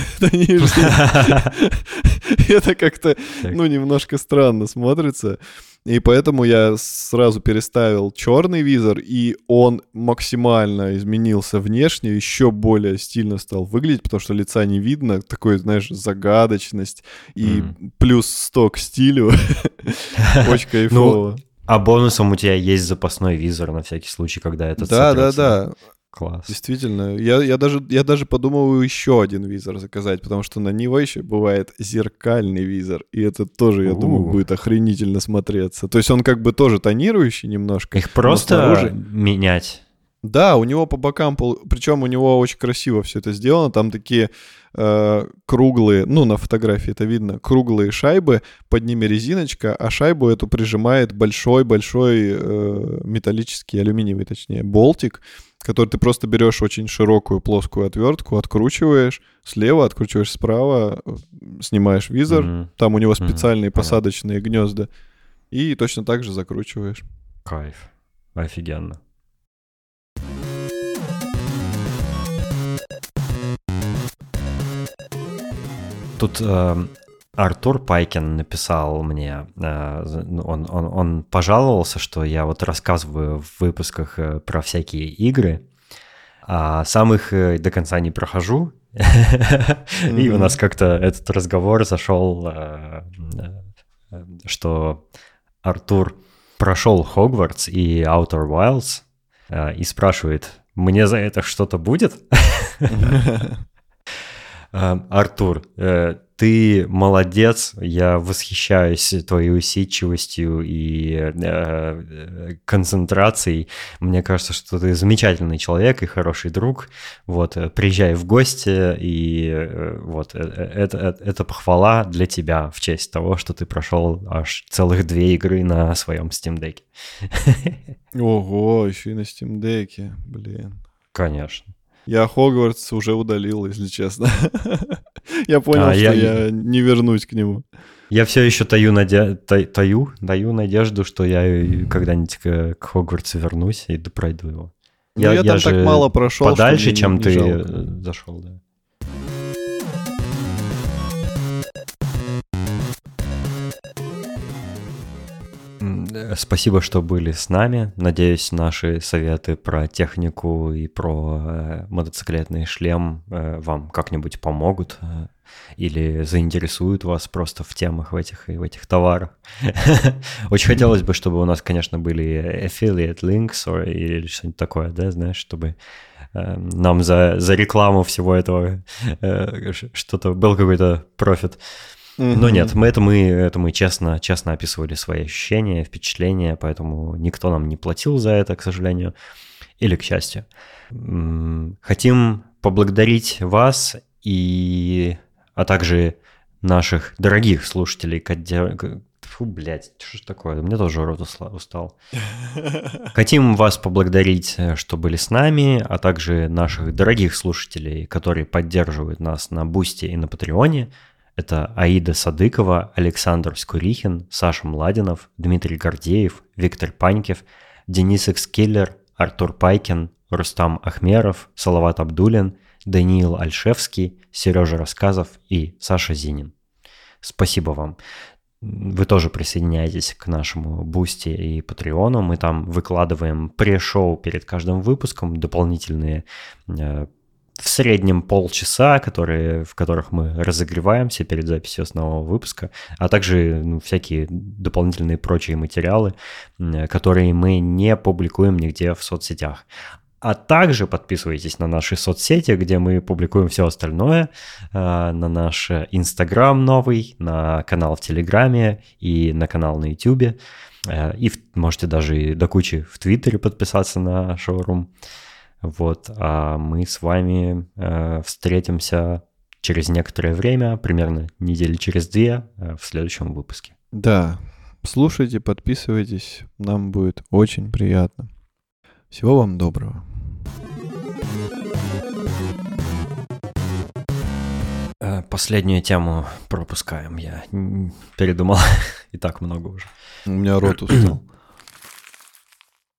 Это как-то, ну, немножко странно смотрится. И поэтому я сразу переставил черный визор, и он максимально изменился внешне, еще более стильно стал выглядеть, потому что лица не видно, такой, знаешь, загадочность и mm. плюс сто к стилю. Очень кайфово. А бонусом у тебя есть запасной визор на всякий случай, когда это Да, да, да. Класс. Действительно. Я, я, даже, я даже подумываю еще один визор заказать, потому что на него еще бывает зеркальный визор. И это тоже, я У-у-у. думаю, будет охренительно смотреться. То есть он как бы тоже тонирующий немножко. Их просто снаружи... менять. Да, у него по бокам, причем у него очень красиво все это сделано. Там такие э, круглые, ну, на фотографии это видно, круглые шайбы, под ними резиночка, а шайбу эту прижимает большой-большой э, металлический, алюминиевый, точнее, болтик, который ты просто берешь очень широкую плоскую отвертку, откручиваешь слева, откручиваешь справа, снимаешь визор, mm-hmm. там у него специальные mm-hmm. посадочные гнезда, и точно так же закручиваешь. Кайф. Офигенно. Тут э, Артур Пайкин написал мне, э, он, он, он пожаловался, что я вот рассказываю в выпусках э, про всякие игры, а сам их э, до конца не прохожу. И у нас как-то этот разговор зашел, э, э, что Артур прошел Хогвартс и Outer Wilds э, и спрашивает, мне за это что-то будет? Артур, ты молодец, я восхищаюсь твоей усидчивостью и концентрацией. Мне кажется, что ты замечательный человек и хороший друг. Вот, приезжай в гости, и вот это, это похвала для тебя в честь того, что ты прошел аж целых две игры на своем Steam Deck. Ого, еще и на Steam Deck, блин. Конечно. Я Хогвартс уже удалил, если честно. Я понял, а, что я... я не вернусь к нему. Я все еще таю, наде... таю, даю надежду, что я когда-нибудь к, к Хогвартсу вернусь и пройду его. Ну, я, я там я так мало прошел, подальше, что чем не, ты не зашел, да. Спасибо, что были с нами. Надеюсь, наши советы про технику и про э, мотоциклетный шлем э, вам как-нибудь помогут э, или заинтересуют вас просто в темах в этих и в этих товарах. Очень хотелось бы, чтобы у нас, конечно, были affiliate links или что-нибудь такое, да, знаешь, чтобы э, нам за, за рекламу всего этого э, что-то был какой-то профит. Но нет, мы это мы, это мы честно, честно описывали свои ощущения, впечатления, поэтому никто нам не платил за это, к сожалению, или к счастью. Хотим поблагодарить вас, и, а также наших дорогих слушателей. Фу, блядь, что ж такое, у меня тоже рот устал. Хотим вас поблагодарить, что были с нами, а также наших дорогих слушателей, которые поддерживают нас на Бусти и на Патреоне. Это Аида Садыкова, Александр Скурихин, Саша Младинов, Дмитрий Гордеев, Виктор Панькев, Денис Экскиллер, Артур Пайкин, Рустам Ахмеров, Салават Абдулин, Даниил Альшевский, Сережа Рассказов и Саша Зинин. Спасибо вам. Вы тоже присоединяйтесь к нашему Бусти и Патреону. Мы там выкладываем пре-шоу перед каждым выпуском, дополнительные в среднем полчаса, которые, в которых мы разогреваемся перед записью основного выпуска, а также ну, всякие дополнительные прочие материалы, которые мы не публикуем нигде в соцсетях. А также подписывайтесь на наши соцсети, где мы публикуем все остальное, на наш Инстаграм новый, на канал в Телеграме и на канал на Ютубе. И можете даже до кучи в Твиттере подписаться на шоурум. Вот, а мы с вами э, встретимся через некоторое время, примерно недели через две, э, в следующем выпуске. Да, слушайте, подписывайтесь, нам будет очень приятно. Всего вам доброго. Последнюю тему пропускаем, я передумал, и так много уже. У меня рот устал.